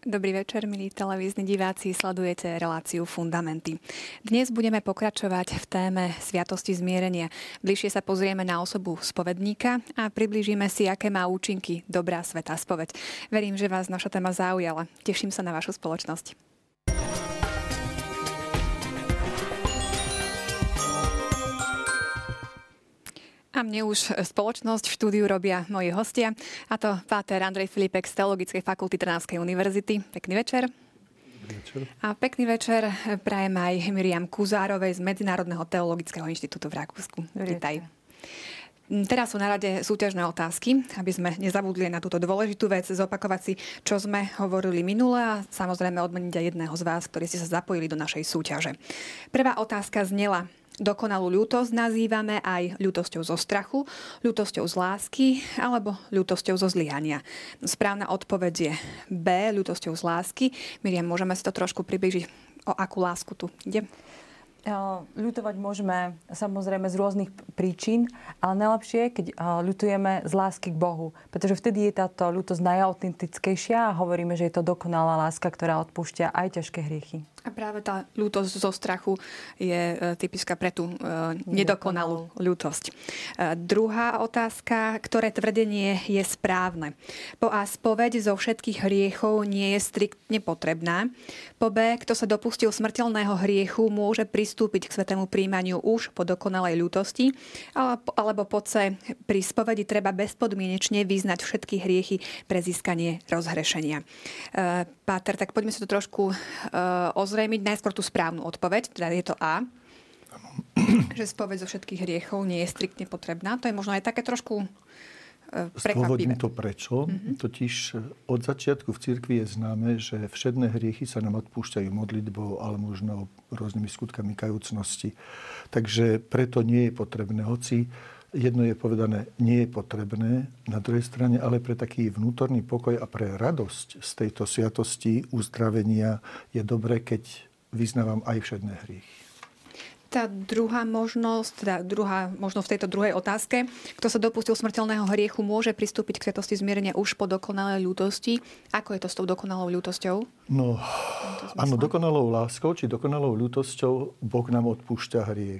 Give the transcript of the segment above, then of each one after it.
Dobrý večer, milí televízni diváci, sledujete reláciu Fundamenty. Dnes budeme pokračovať v téme Sviatosti zmierenia. Bližšie sa pozrieme na osobu spovedníka a priblížime si, aké má účinky dobrá svätá spoveď. Verím, že vás naša téma zaujala. Teším sa na vašu spoločnosť. A mne už spoločnosť v štúdiu robia moji hostia, a to páter Andrej Filipek z Teologickej fakulty Trnavskej univerzity. Pekný večer. Dobrý večer. A pekný večer prajem aj Miriam Kuzárovej z Medzinárodného teologického inštitútu v Rakúsku. Vítaj. Teraz sú na rade súťažné otázky, aby sme nezabudli na túto dôležitú vec, zopakovať si, čo sme hovorili minule a samozrejme odmeniť aj jedného z vás, ktorí ste sa zapojili do našej súťaže. Prvá otázka znela: dokonalú ľútosť nazývame aj ľútosťou zo strachu, ľútosťou z lásky alebo ľútosťou zo zlyhania. Správna odpoveď je B, ľútosťou z lásky. Miriam, môžeme si to trošku približiť, o akú lásku tu ide? Ľutovať môžeme samozrejme z rôznych príčin, ale najlepšie je, keď ľutujeme z lásky k Bohu. Pretože vtedy je táto ľútosť najautentickejšia a hovoríme, že je to dokonalá láska, ktorá odpúšťa aj ťažké hriechy. A práve tá ľútosť zo strachu je typická pre tú nedokonalú ľútosť. Druhá otázka: ktoré tvrdenie je správne? Po A, spoveď zo všetkých hriechov nie je striktne potrebná. Po B, kto sa dopustil smrteľného hriechu, môže pristúpiť k svätému prijímaniu už po dokonalej ľútosti. Alebo po C, pri spovedi treba bezpodmienečne vyznať všetky hriechy pre získanie rozhrešenia. Páter, tak poďme si to trošku ozrejmiť. Najskôr tú správnu odpoveď, teda je to A. Ano. Že spoveď zo všetkých hriechov nie je striktne potrebná. To je možno aj také trošku prekvapivé. Zdôvodním to prečo. Totiž od začiatku v cirkvi je známe, že všedné hriechy sa nám odpúšťajú modlitbou, ale možno rôznymi skutkami kajúcnosti. Takže preto nie je potrebné. Hoci jedno je povedané, nie je potrebné, na druhej strane, ale pre taký vnútorný pokoj a pre radosť z tejto sviatosti uzdravenia je dobré, keď vyznávam aj všedné hriechy. Tá druhá možnosť v tejto druhej otázke: kto sa dopustil smrteľného hriechu, môže pristúpiť k sviatosti zmierenia už po dokonalej ľútosti. Ako je to s tou dokonalou ľútosťou? No, áno, dokonalou láskou či dokonalou ľútosťou Boh nám odpúšťa hriech.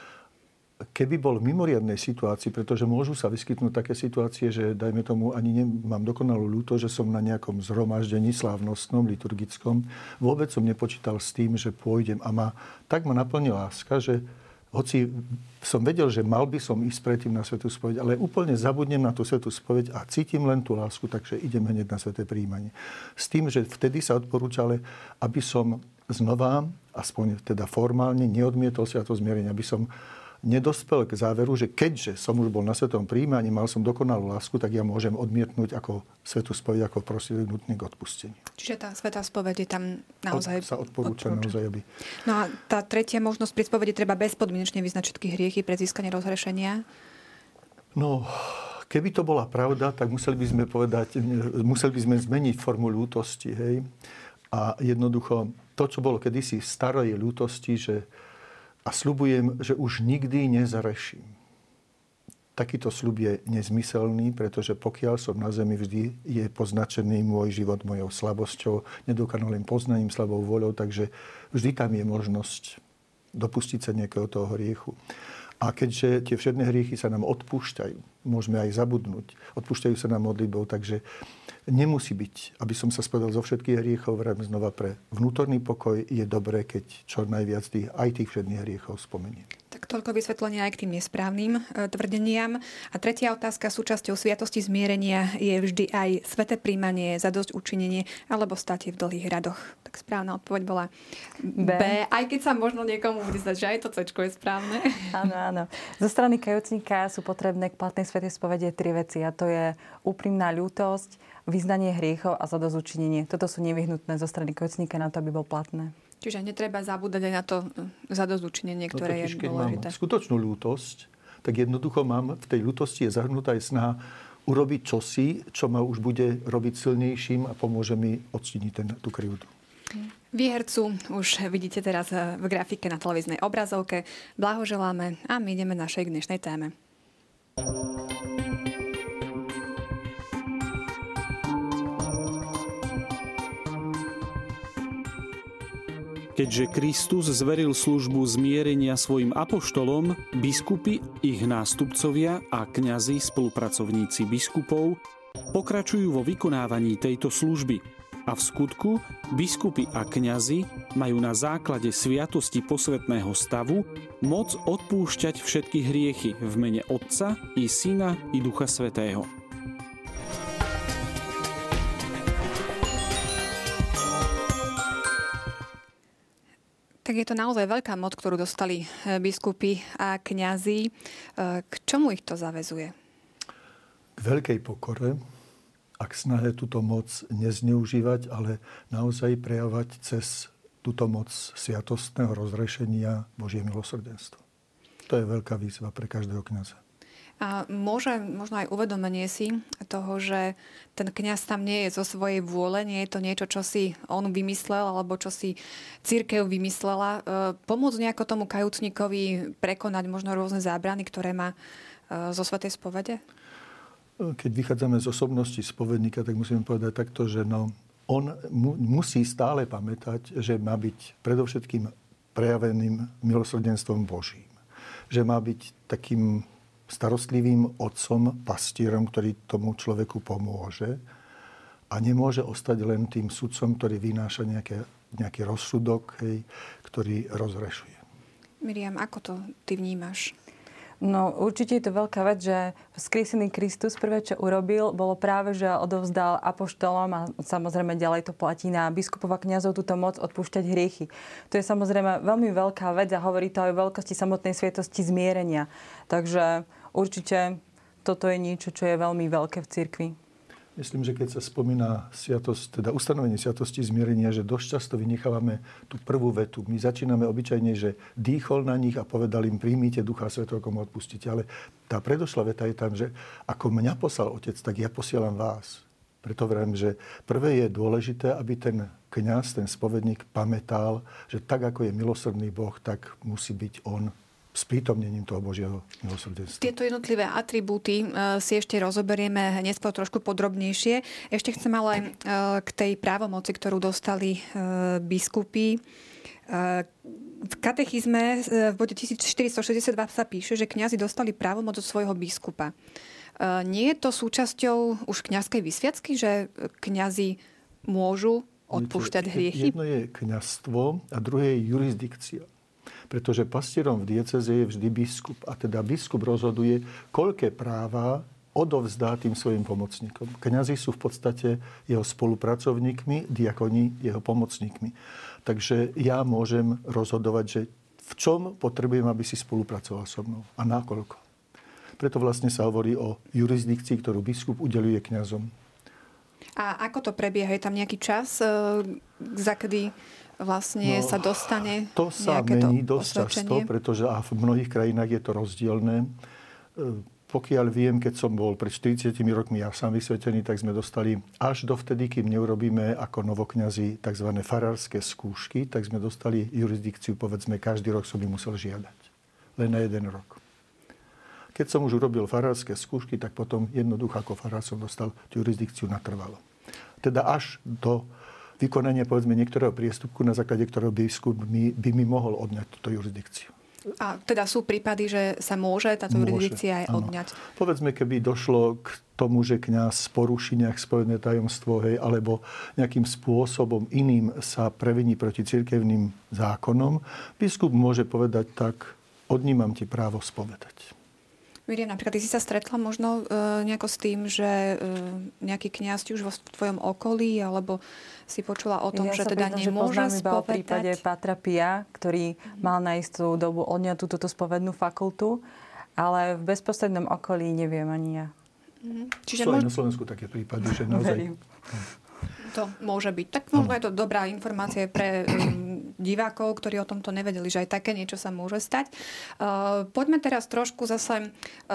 Keby bol v mimoriadnej situácii, pretože môžu sa vyskytnúť také situácie, že dajme tomu ani nemám dokonalú ľútosť, že som na nejakom zhromaždení slávnostnom, liturgickom, vôbec som nepočítal s tým, že pôjdem a tak ma naplní láska, že hoci som vedel, že mal by som ísť predtým na svätú spoveď, ale úplne zabudnem na tú svätú spoveď a cítim len tú lásku, takže idem hneď na sväté prijímanie. S tým, že vtedy sa odporúča, aby som znova, aspoň teda formálne, neodmietol sviatosť zmierenia, aby som nedospel k záveru, že keďže som už bol na svätom prijímaní, mal som dokonalú lásku, tak ja môžem odmietnúť ako svätú spoveď, ako prosilník nutný k odpusteniu. Čiže tá svätá spoveď je tam naozaj sa odporúča. Naozaj, aby... No a tá tretia možnosť pri spovedi treba bezpodmienečne vyznať všetky hriechy pre získanie rozhrešenia? No, keby to bola pravda, tak museli by sme zmeniť formu ľútosti, hej? A jednoducho to, čo bolo kedysi v starej ľútosti, a sľubujem, že už nikdy nezareším. Takýto sľub je nezmyselný, pretože pokiaľ som na zemi, vždy je poznačený môj život mojou slabosťou, nedokonalým poznaním, slabou voľou, takže vždy tam je možnosť dopustiť sa nejakého toho hriechu. A keďže tie všedné hriechy sa nám odpúšťajú, môžeme aj zabudnúť, odpúšťajú sa nám modlitbou, takže nemusí byť, aby som sa spovedal zo všetkých hriechov, vrajme znova, pre vnútorný pokoj je dobré, keď čo najviac aj tých všetných hriechov spomeniem. Tak toľko vysvetlenia aj k tým nesprávnym tvrdeniam. A tretia otázka: súčasťou sviatosti zmierenia je vždy aj sväté prijímanie, zadosť učinenie alebo státie v dlhých radoch. Tak správna odpoveď bola B. Aj keď sa možno niekomu bude zdať, že aj to C je správne. Áno, áno. Zo strany kajúcnika sú potrebné k platnej svätej spovede 3 veci, a to je úprimná ľútosť, vyznanie hriechov a zadozučinenie. Toto sú nevyhnutné zo strany kajúcnika na to, aby bol platné. Čiže netreba zabúdať aj na to zadozučinenie, ktoré je dôležité. Keď mám skutočnú ľútosť, tak jednoducho v tej ľútosti je zahrnutá aj snaha urobiť čosi, čo ma už bude robiť silnejším a pomôže mi odčiniť tú krivdu. Výhercu už vidíte teraz v grafike na televíznej obrazovke. Blahoželáme a my ideme našej dnešnej téme. Keďže Kristus zveril službu zmierenia svojim apoštolom, biskupy, ich nástupcovia a kňazi, spolupracovníci biskupov, pokračujú vo vykonávaní tejto služby. A v skutku biskupy a kňazi majú na základe sviatosti posvätného stavu moc odpúšťať všetky hriechy v mene Otca i Syna i Ducha Svätého. Tak je to naozaj veľká moc, ktorú dostali biskupy a kňazi. K čomu ich to zaväzuje? K veľkej pokore a k snahe túto moc nezneužívať, ale naozaj prejavovať cez túto moc sviatostného rozrešenia Božie milosrdenstvo. To je veľká výzva pre každého kňaza. A môže možno aj uvedomenie si toho, že ten kňaz tam nie je zo svojej vôle, nie je to niečo, čo si on vymyslel alebo čo si cirkev vymyslela. Pomôcť nejako tomu kajúcnikovi prekonať možno rôzne zábrany, ktoré má zo svätej spovede? Keď vychádzame z osobnosti spovedníka, tak musíme povedať takto, že on musí stále pamätať, že má byť predovšetkým prejaveným milosrdenstvom Božím. Že má byť takým starostlivým otcom, pastierom, ktorý tomu človeku pomôže a nemôže ostať len tým sudcom, ktorý vynáša nejaký rozsudok, ktorý rozrešuje. Miriam, ako to ty vnímaš? No určite je to veľká vec, že vzkriesený Kristus prvé, čo urobil, bolo práve, že odovzdal apoštolom a samozrejme ďalej to platí na biskupov a kňazov túto moc odpúšťať hriechy. To je samozrejme veľmi veľká vec a hovorí to aj o veľkosti samotnej sviatosti zmierenia. Takže určite toto je niečo, čo je veľmi veľké v cirkvi. Myslím, že keď sa spomína sviatosť, teda ustanovenie sviatosti zmierenia, že dosť často vynechávame tú prvú vetu. My začíname obyčajne, že dýchol na nich a povedal im, príjmite Ducha Svätého, komu odpustíte. Ale tá predošlá veta je tam, že ako mňa poslal Otec, tak ja posielam vás. Preto verím, že prvé je dôležité, aby ten kňaz, ten spovedník pamätal, že tak, ako je milosrdný Boh, tak musí byť on sprítomnením toho Božieho milosrdenstva. Tieto jednotlivé atribúty si ešte rozoberieme neskôr trošku podrobnejšie. Ešte chcem ale k tej právomoci, ktorú dostali biskupy. V katechizme v bode 1462 sa píše, že kňazi dostali právomoc od svojho biskupa. Nie je to súčasťou už kňazskej vysviacky, že kňazi môžu odpúšťať hriechy? Jedno je kňazstvo a druhé je jurisdikcia. Pretože pastierom v diecéze je vždy biskup. A teda biskup rozhoduje, koľké práva odovzdá tým svojim pomocníkom. Kňazi sú v podstate jeho spolupracovníkmi, diakoni jeho pomocníkmi. Takže ja môžem rozhodovať, že v čom potrebujem, aby si spolupracoval so mnou a nakoľko. Preto vlastne sa hovorí o jurisdikcii, ktorú biskup udeľuje kňazom. A ako to prebieha? Je tam nejaký čas, za kedy vlastne sa dostane to sa mení dosť často, pretože v mnohých krajinách je to rozdielne. Pokiaľ viem, keď som bol pred 40 rokmi ja sám vysvetený, tak sme dostali až dovtedy, kým neurobíme ako novokňazi tzv. Farárske skúšky, tak sme dostali jurisdikciu, povedzme, každý rok som ju musel žiadať. Len na 1 rok. Keď som už urobil farárske skúšky, tak potom jednoducho ako farár som dostal jurisdikciu natrvalo. Teda až do vykonania, povedzme, niektorého priestupku, na základe ktorého biskup by mi mohol odňať túto jurisdikciu. A teda sú prípady, že sa môže táto jurisdikcia aj odňať? Povedzme, keby došlo k tomu, že kňaz poruší nejak spovedné tajomstvo, alebo nejakým spôsobom iným sa previní proti cirkevným zákonom, biskup môže povedať tak, odnímam ti právo spovedať. Miriam, napríklad, ty si sa stretla možno nejako s tým, že nejaký kňaz ti už vo tvojom okolí, alebo si počula o tom, že teda nemôže spovedať? Iba o prípade Pátra Pia, ktorý mal na istú dobu odňatú túto spovednú fakultu, ale v bezprostrednom okolí neviem ani ja. Čiže sú aj na Slovensku také prípady, že naozaj... To môže byť. Tak možno je to dobrá informácia pre divákov, ktorí o tomto nevedeli, že aj také niečo sa môže stať. Poďme teraz trošku zase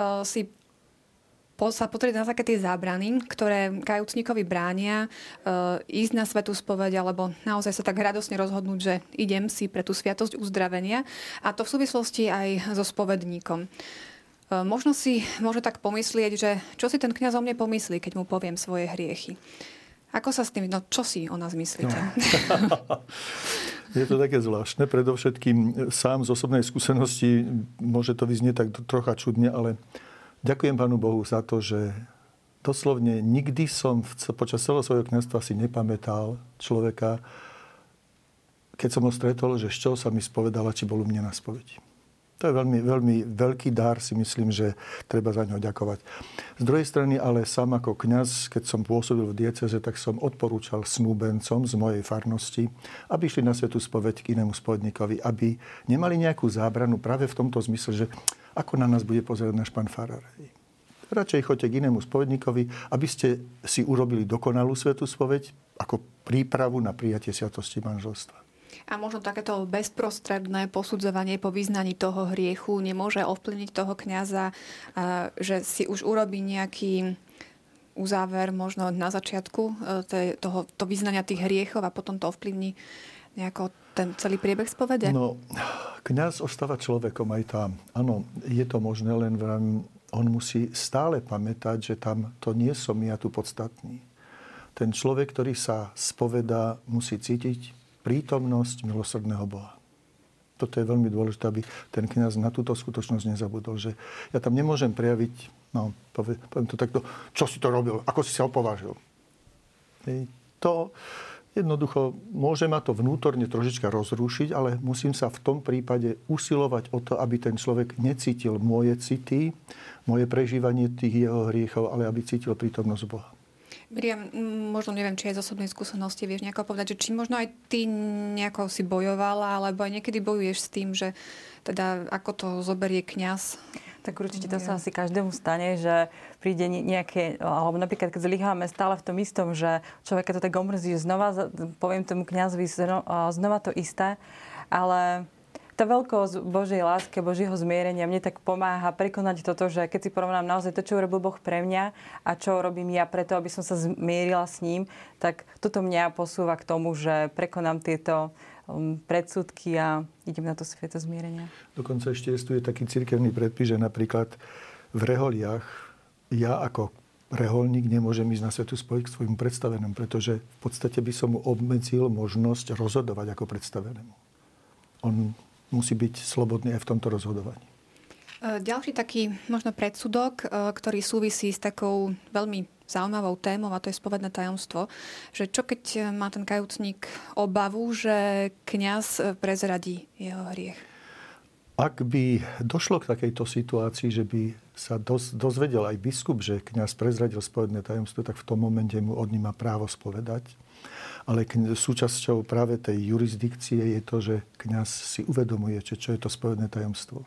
sa pozrieť na také tie zábrany, ktoré kajúcníkovi bránia ísť na svätú spoveď, alebo naozaj sa tak radosne rozhodnúť, že idem si pre tú sviatosť uzdravenia. A to v súvislosti aj so spovedníkom. Možno si môže tak pomyslieť, že čo si ten kňaz o mne pomyslí, keď mu poviem svoje hriechy. Ako sa s tým, čo si o nás myslíte? No. Je to také zvláštne. Predovšetkým sám z osobnej skúsenosti môže to vyznieť tak trocha čudne, ale ďakujem Pánu Bohu za to, že doslovne nikdy som počas celého svojho kňazstva si nepamätal človeka, keď som ho stretol, že z čoho sa mi spovedala, či bol u mňa na spovedi. To je veľmi, veľmi veľký dar, si myslím, že treba za ňo ďakovať. Z druhej strany, ale sám ako kňaz, keď som pôsobil v diecéze, tak som odporúčal snúbencom z mojej farnosti, aby išli na svätú spoveď k inému spovedníkovi, aby nemali nejakú zábranu práve v tomto zmysle, že ako na nás bude pozerať náš pán farár. Radšej choďte k inému spovedníkovi, aby ste si urobili dokonalú svätú spoveď ako prípravu na prijatie sviatosti manželstva. A možno takéto bezprostredné posudzovanie po vyznaní toho hriechu nemôže ovplyvniť toho kňaza, že si už urobí nejaký uzáver možno na začiatku to vyznania tých hriechov a potom to ovplyvní nejako ten celý priebeh spovede? No, kňaz ostáva človekom aj tam. Áno, je to možné, len on musí stále pamätať, že tam to nie som ja tu podstatný. Ten človek, ktorý sa spovedá, musí cítiť prítomnosť milosrdného Boha. Toto je veľmi dôležité, aby ten kňaz na túto skutočnosť nezabudol, že ja tam nemôžem prejaviť, poviem to takto, čo si to robil, ako si sa opovážil. To jednoducho môže ma to vnútorne trošička rozrušiť, ale musím sa v tom prípade usilovať o to, aby ten človek necítil moje city, moje prežívanie tých jeho hriechov, ale aby cítil prítomnosť Boha. Miriam, možno neviem, či aj z osobnej skúsenosti vieš nejako povedať, že či možno aj ty nejako si bojovala, alebo aj niekedy bojuješ s tým, že teda ako to zoberie kňaz? Tak určite to sa asi každému stane, že príde nejaké, alebo napríklad keď zlyháme stále v tom istom, že človeka to tak omrzí, že znova poviem tomu kňazovi znova to isté, ale tá veľkosť Božej lásky, Božieho zmierenia mne tak pomáha prekonať toto, že keď si porovnám naozaj to, čo urobil Boh pre mňa a čo robím ja preto, aby som sa zmierila s ním, tak toto mňa posúva k tomu, že prekonám tieto predsudky a idem na to sväté zmierenia. Dokonca ešte je taký cirkevný predpis, že napríklad v reholiach ja ako reholník nemôžem ísť na svätú spoveď k svojmu predstavenému, pretože v podstate by som mu obmedzil možnosť rozhodovať ako predstavenému. On musí byť slobodný aj v tomto rozhodovaní. Ďalší taký možno predsudok, ktorý súvisí s takou veľmi zaujímavou témou, a to je spovedné tajomstvo, že čo keď má ten kajúcnik obavu, že kňaz prezradí jeho hriech? Ak by došlo k takejto situácii, že by sa dozvedel aj biskup, že kňaz prezradil spovedné tajomstvo, tak v tom momente mu od ním má právo spovedať. Ale súčasťou práve tej jurisdikcie je to, že kňaz si uvedomuje, čo je to spovedné tajomstvo.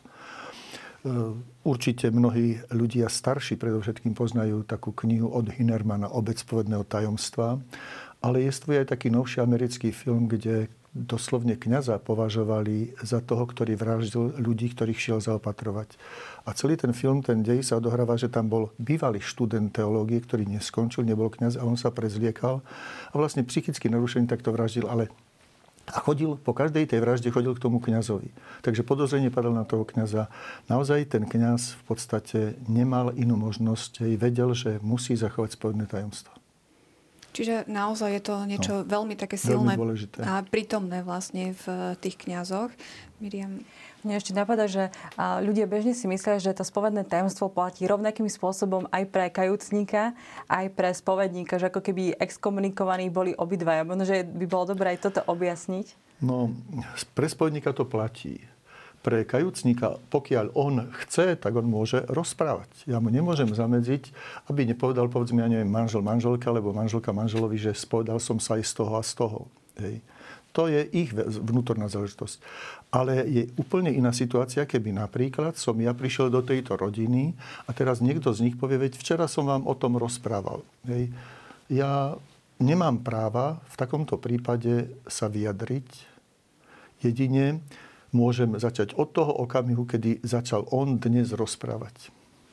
Určite mnohí ľudia starší predovšetkým poznajú takú knihu od Hinermana Obec spovedného tajomstva, ale je tu aj taký novší americký film, kde doslovne kňaza považovali za toho, ktorý vraždil ľudí, ktorých šiel zaopatrovať. A celý ten film, ten dej sa odohráva, že tam bol bývalý študent teológie, ktorý neskončil, nebol kňaz a on sa prezliekal a vlastne psychicky narušený takto vraždil, ale a po každej tej vražde chodil k tomu kňazovi. Takže podozrenie padlo na toho kňaza. Naozaj ten kňaz v podstate nemal inú možnosť, vedel, že musí zachovať spovedné tajomstvo. Čiže naozaj je to niečo veľmi také silné a prítomné vlastne v tých kňazoch. Miriam? Mne ešte napadá, že ľudia bežne si myslia, že to spovedné tajomstvo platí rovnakým spôsobom aj pre kajúcníka, aj pre spovedníka, že ako keby exkomunikovaní boli obidvaja. Možno, že by bolo dobré aj toto objasniť. No, pre spovedníka to platí. Pre kajúcníka, pokiaľ on chce, tak on môže rozprávať. Ja mu nemôžem zamedziť, aby nepovedal, povedzme, ja neviem, manžel manželke, alebo manželka manželovi, že spovedal som sa aj z toho a z toho. Hej. To je ich vnútorná záležitosť. Ale je úplne iná situácia, keby napríklad som ja prišiel do tejto rodiny a teraz niekto z nich povie, veď včera som vám o tom rozprával. Hej. Ja nemám práva v takomto prípade sa vyjadriť. Jedine môžem začať od toho okamihu, kedy začal on dnes rozprávať.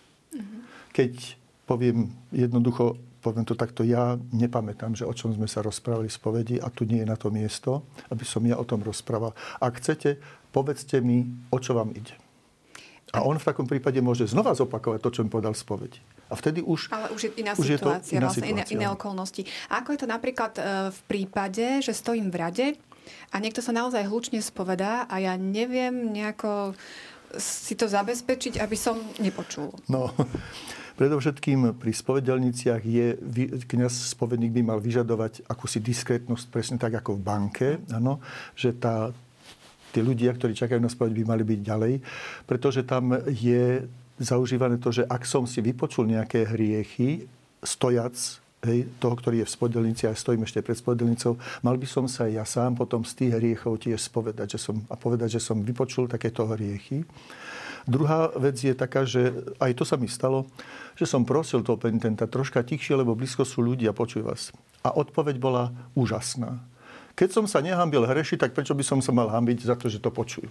Keď poviem jednoducho, poviem to takto, ja nepamätám, že o čom sme sa rozprávali v spovedi a tu nie je na to miesto, aby som ja o tom rozprával. Ak chcete, povedzte mi, o čo vám ide. A on v takom prípade môže znova zopakovať to, čo mi povedal v spovedi. A vtedy už... Ale už je iná situácia, iné okolnosti. A ako je to napríklad v prípade, že stojím v rade a niekto sa naozaj hlučne spovedá a ja neviem nejako si to zabezpečiť, aby som nepočul? No... Predovšetkým pri spovedelniciach kňaz spovedník by mal vyžadovať akúsi diskrétnosť, presne tak ako v banke, áno, že tí ľudia, ktorí čakajú na spoveď, by mali byť ďalej, pretože tam je zaužívané to, že ak som si vypočul nejaké hriechy, stojac, toho, ktorý je v spovedelnici a stojím ešte pred spovedelnicou, mal by som sa ja sám potom z tých hriechov tiež spovedať a povedať, že som vypočul takéto hriechy. Druhá vec je taká, že aj to sa mi stalo, že som prosil toho penitenta troška tichšie, lebo blízko sú ľudia, počuj vás. A odpoveď bola úžasná. Keď som sa nehambil hrešiť, tak prečo by som sa mal hambiť za to, že to počujú?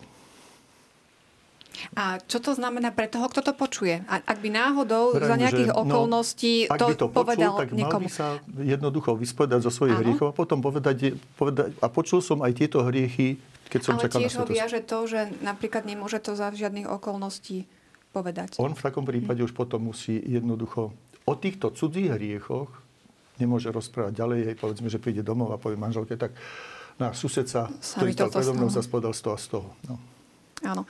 A čo to znamená pre toho, kto to počuje? Ak by náhodou za nejakých okolností to povedal tak niekomu? Mal by sa jednoducho vyspovedať zo svojich hriechov a potom povedať, a počul som aj tieto hriechy, keď som čakal na svetosť. Ale tiež ho viaže to, že napríklad nemôže to za žiadnych okolností povedať. On v takom prípade už potom musí jednoducho o týchto cudzích hriechoch nemôže rozprávať ďalej. Povedzme, že príde domov a povie manželke, tak na sused sa, ktorý stal predo mnou, sa spodal z toho a z toho. No. Áno.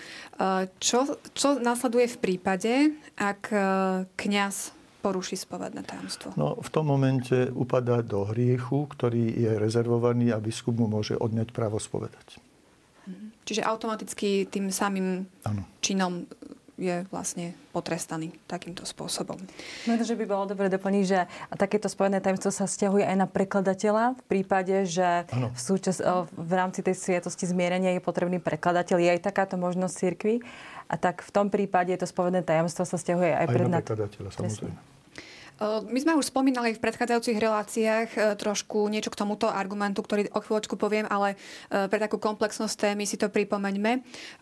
Čo nasleduje v prípade, ak kňaz poruší spovedné tajomstvo? No, v tom momente upadá do hriechu, ktorý je rezervovaný a biskup mu môže odňať právo spovedať. Čiže automaticky tým samým činom je vlastne potrestaný takýmto spôsobom. Možno, že by bolo dobre doplniť, že takéto spovedné tajomstvo sa vzťahuje aj na prekladateľa v prípade, že v rámci tej sviatosti zmierenia je potrebný prekladateľ. Je aj takáto možnosť cirkvi. A tak v tom prípade to spovedné tajomstvo sa vzťahuje aj na prekladateľa, samozrejme. My sme už spomínali v predchádzajúcich reláciách trošku niečo k tomuto argumentu, ktorý o chvíľočku poviem, ale pre takú komplexnosť témy si to pripomeňme.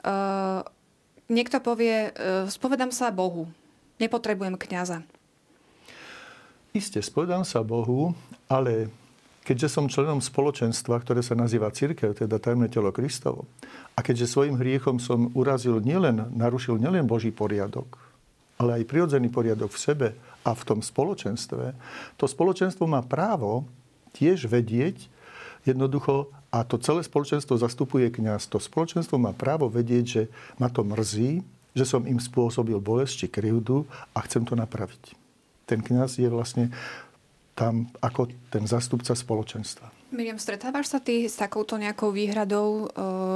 Niekto povie, spovedám sa Bohu, nepotrebujem kňaza. Isté, spovedám sa Bohu, ale keďže som členom spoločenstva, ktoré sa nazýva cirkev, teda tajomné telo Kristovo, a keďže svojim hriechom som narušil nielen Boží poriadok, ale aj prirodzený poriadok v sebe a v tom spoločenstve, to spoločenstvo má právo tiež vedieť jednoducho, a to celé spoločenstvo zastupuje kňaz. To spoločenstvo má právo vedieť, že ma to mrzí, že som im spôsobil bolesť či krivdu a chcem to napraviť. Ten kňaz je vlastne tam ako ten zastupca spoločenstva. Miriam, stretávaš sa ty s takouto nejakou výhradou,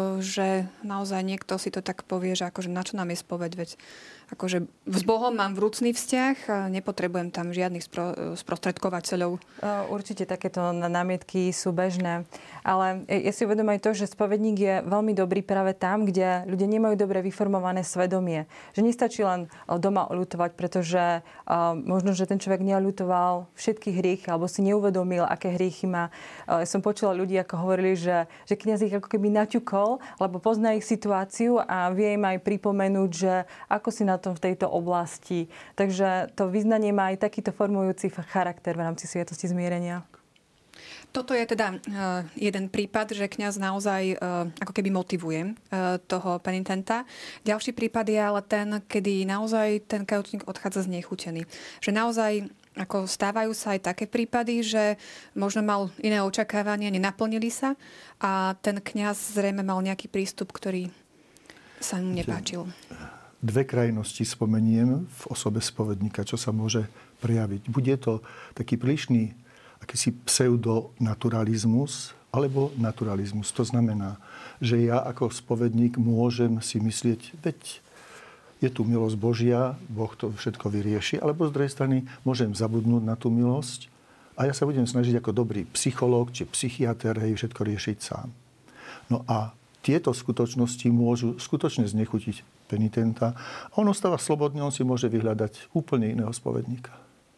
že naozaj niekto si to tak povie, že akože na čo nám je spoveď, veď akože s Bohom mám vrúcný vzťah a nepotrebujem tam žiadnych sprostredkovateľov. Určite takéto námietky sú bežné. Ale ja si uvedomím aj to, že spovedník je veľmi dobrý práve tam, kde ľudia nemajú dobre vyformované svedomie. Že nestačí len doma ľutovať, pretože možno, že ten človek neľutoval všetky hriechy alebo si neuvedomil, aké hriechy má. Ja som počula ľudí, ako hovorili, že kňaz ich ako keby naťukol, lebo pozná ich situáciu a vie im aj pripomenúť, že ako si na tom v tejto oblasti. Takže to vyznanie má aj takýto formujúci charakter v rámci sviatosti zmierenia. Toto je teda jeden prípad, že kňaz naozaj ako keby motivuje toho penitenta. Ďalší prípad je ale ten, kedy naozaj ten kajúcnik odchádza znechutený. Že naozaj ako stávajú sa aj také prípady, že možno mal iné očakávania, nenaplnili sa a ten kňaz zrejme mal nejaký prístup, ktorý sa mu nepáčil. Dve krajnosti spomeniem v osobe spovedníka, čo sa môže prejaviť. Bude to taký prílišný akýsi pseudonaturalizmus alebo naturalizmus. To znamená, že ja ako spovedník môžem si myslieť, veď je tu milosť Božia, Boh to všetko vyrieši, alebo z druhej strany môžem zabudnúť na tú milosť a ja sa budem snažiť ako dobrý psychológ či psychiater všetko riešiť sám. No a tieto skutočnosti môžu skutočne znechutiť penitenta a on ostáva slobodný, on si môže vyhľadať úplne iného spovedníka.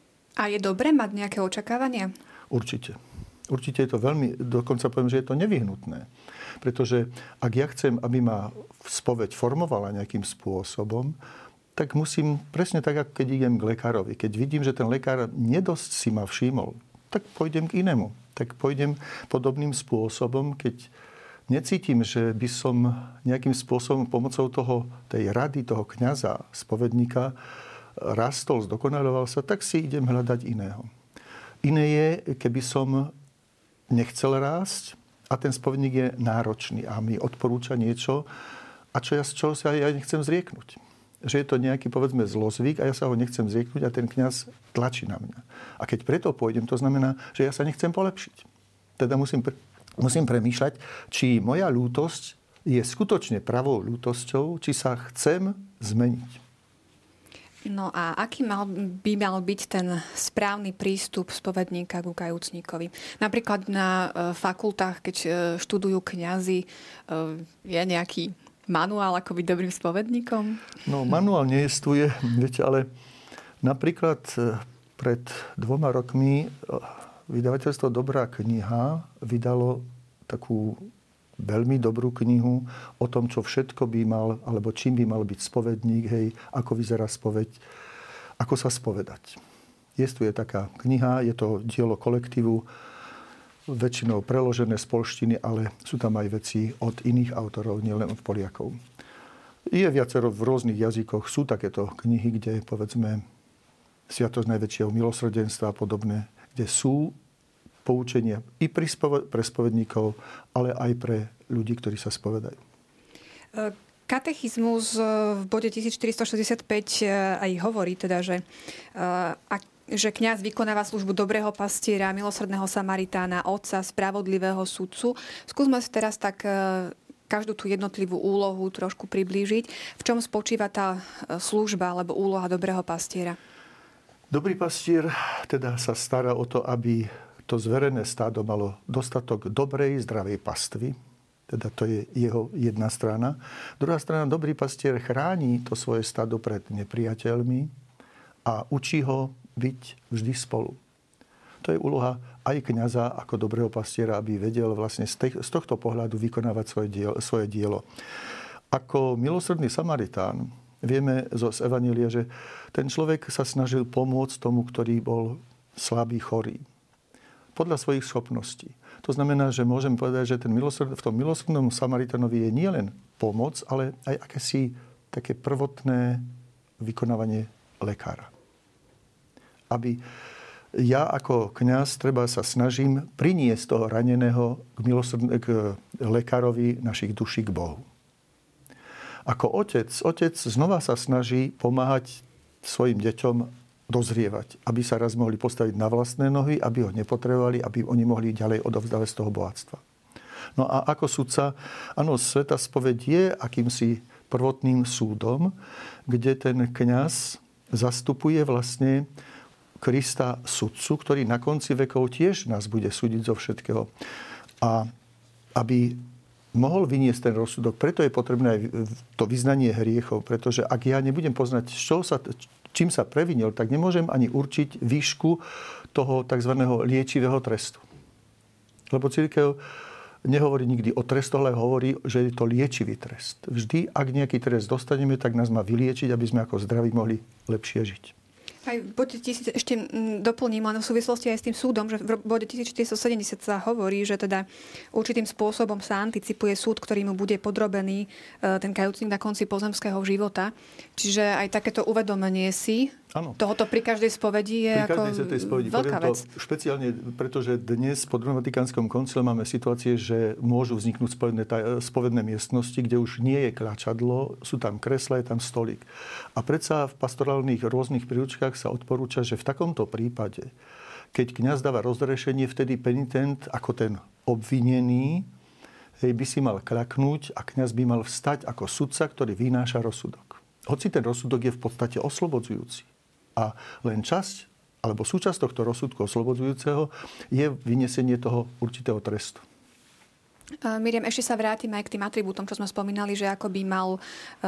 A je dobre mať nejaké očakávania? Určite. Určite je to veľmi, dokonca poviem, že je to nevyhnutné. Pretože ak ja chcem, aby ma spoveď formovala nejakým spôsobom, tak musím presne tak, ako keď idem k lekárovi. Keď vidím, že ten lekár nedosť si ma všimol, tak pôjdem k inému. Tak pôjdem podobným spôsobom, keď necítim, že by som nejakým spôsobom pomocou tej rady, toho kňaza, spovedníka, rastol, zdokonaloval sa, tak si idem hľadať iného. Iné je, keby som nechcel rásť a ten spovedník je náročný a mi odporúča niečo, a čo sa ja nechcem zrieknúť. Že je to nejaký, povedzme, zlozvyk a ja sa ho nechcem zrieknúť a ten kňaz tlačí na mňa. A keď preto pôjdem, to znamená, že ja sa nechcem polepšiť. Teda musím premýšľať, či moja ľútosť je skutočne pravou ľútosťou, či sa chcem zmeniť. No a aký by mal byť ten správny prístup spovedníka ku kajúcníkovi? Napríklad na fakultách, keď študujú kňazi, je nejaký manuál, ako byť dobrým spovedníkom? No, manuál neexistuje, viete, ale napríklad pred 2 rokmi vydavateľstvo Dobrá kniha vydalo takú veľmi dobrú knihu o tom, čo všetko by mal, alebo čím by mal byť spovedník, hej, ako vyzerá spoveď, ako sa spovedať. Je taká kniha, je to dielo kolektívu, väčšinou preložené z poľštiny, ale sú tam aj veci od iných autorov, nielen od Poliakov. Je viacero v rôznych jazykoch, sú takéto knihy, kde, povedzme, Sviatosť najväčšieho milosrdenstva a podobné, kde sú poučenia i pre spovedníkov, ale aj pre ľudí, ktorí sa spovedajú. Katechizmus v bode 1465 aj hovorí teda, že kňaz vykonáva službu dobrého pastiera, milosrdného Samaritána, otca, spravodlivého sudcu. Skúsme si teraz tak každú tú jednotlivú úlohu trošku priblížiť. V čom spočíva tá služba alebo úloha dobrého pastiera? Dobrý pastier teda sa stará o to, aby to zverené stádo malo dostatok dobrej, zdravej pastvy. Teda to je jeho jedna strana. Druhá strana, dobrý pastier chráni to svoje stádo pred nepriateľmi a učí ho byť vždy spolu. To je úloha aj kňaza ako dobrého pastiera, aby vedel vlastne z tohto pohľadu vykonávať svoje dielo. Ako milosrdný Samaritán vieme z Evanjelia, že ten človek sa snažil pomôcť tomu, ktorý bol slabý, chorý. Podľa svojich schopností. To znamená, že môžem povedať, že v tom milosrdnom Samaritánovi je nielen pomoc, ale aj akési také prvotné vykonávanie lekára. Aby ja ako kňaz treba sa snažím priniesť toho raneného k lekárovi našich duší k Bohu. Ako otec znova sa snaží pomáhať svojim deťom dozrievať, aby sa raz mohli postaviť na vlastné nohy, aby ho nepotrebovali, aby oni mohli ďalej odovzdávať z toho bohatstva. No a ako sudca, áno, svätá spoveď je akýmsi prvotným súdom, kde ten kňaz zastupuje vlastne Krista sudcu, ktorý na konci vekov tiež nás bude súdiť zo všetkého. A aby mohol vyniesť ten rozsudok, preto je potrebné aj to vyznanie hriechov, pretože ak ja nebudem poznať, čím sa previnil, tak nemôžem ani určiť výšku toho tzv. Liečivého trestu. Lebo cirkev nehovorí nikdy o trestoch, ale hovorí, že je to liečivý trest. Vždy, ak nejaký trest dostaneme, tak nás má vyliečiť, aby sme ako zdraví mohli lepšie žiť. Aj v bode 1000 ešte doplním len v súvislosti aj s tým súdom, že v bode 1470 sa hovorí, že teda určitým spôsobom sa anticipuje súd, ktorý mu bude podrobený ten kajúcnik na konci pozemského života. Čiže aj takéto uvedomenie si tohoto pri každej spovedi je ako veľká vec. Špeciálne, pretože dnes po druhom Vatikánskom koncile máme situácie, že môžu vzniknúť spovedné miestnosti, kde už nie je kľačadlo, sú tam kresla, je tam stolík. A predsa v pastorálnych rôznych príručkách sa odporúča, že v takomto prípade, keď kňaz dáva rozrešenie, vtedy penitent ako ten obvinený by si mal kľaknúť a kňaz by mal vstať ako sudca, ktorý vynáša rozsudok. Hoci ten rozsudok je v podstate oslobodzujúci. A len časť, alebo súčasť tohto rozsudku oslobodzujúceho je vynesenie toho určitého trestu. Miriam, ešte sa vrátime aj k tým atribútom, čo sme spomínali, že ako by mal,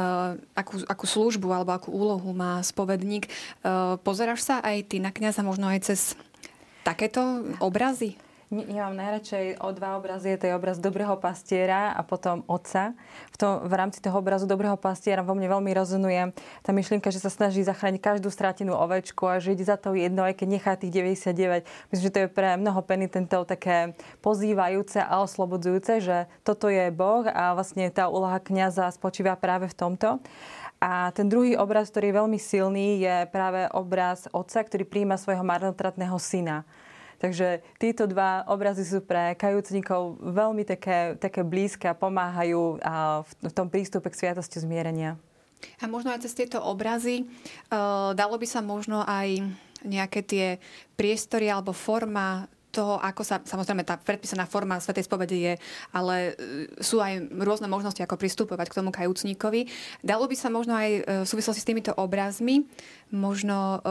akú službu alebo akú úlohu má spovedník. Pozeráš sa aj ty na kňaza možno aj cez takéto obrazy? Ja mám najradšej o 2 obrazy. Je to obraz dobrého pastiera a potom otca. V rámci toho obrazu dobrého pastiera vo mne veľmi rezonuje tá myšlienka, že sa snaží zachrániť každú stratenú ovečku a žiť za to jedno, aj keď nechá tých 99. Myslím, že to je pre mnoho penitentov také pozývajúce a oslobodzujúce, že toto je Boh a vlastne tá úloha kňaza spočíva práve v tomto. A ten druhý obraz, ktorý je veľmi silný, je práve obraz otca, ktorý prijíma svojho marnotratného syna. Takže títo dva obrazy sú pre kajúcnikov veľmi také blízke a pomáhajú v tom prístupe k sviatosti zmierenia. A možno aj cez tieto obrazy dalo by sa možno aj nejaké tie priestory alebo forma toho, ako sa, samozrejme tá predpísaná forma svätej spovede je, ale sú aj rôzne možnosti, ako pristupovať k tomu kajúcníkovi. Dalo by sa možno aj v súvislosti s týmito obrazmi možno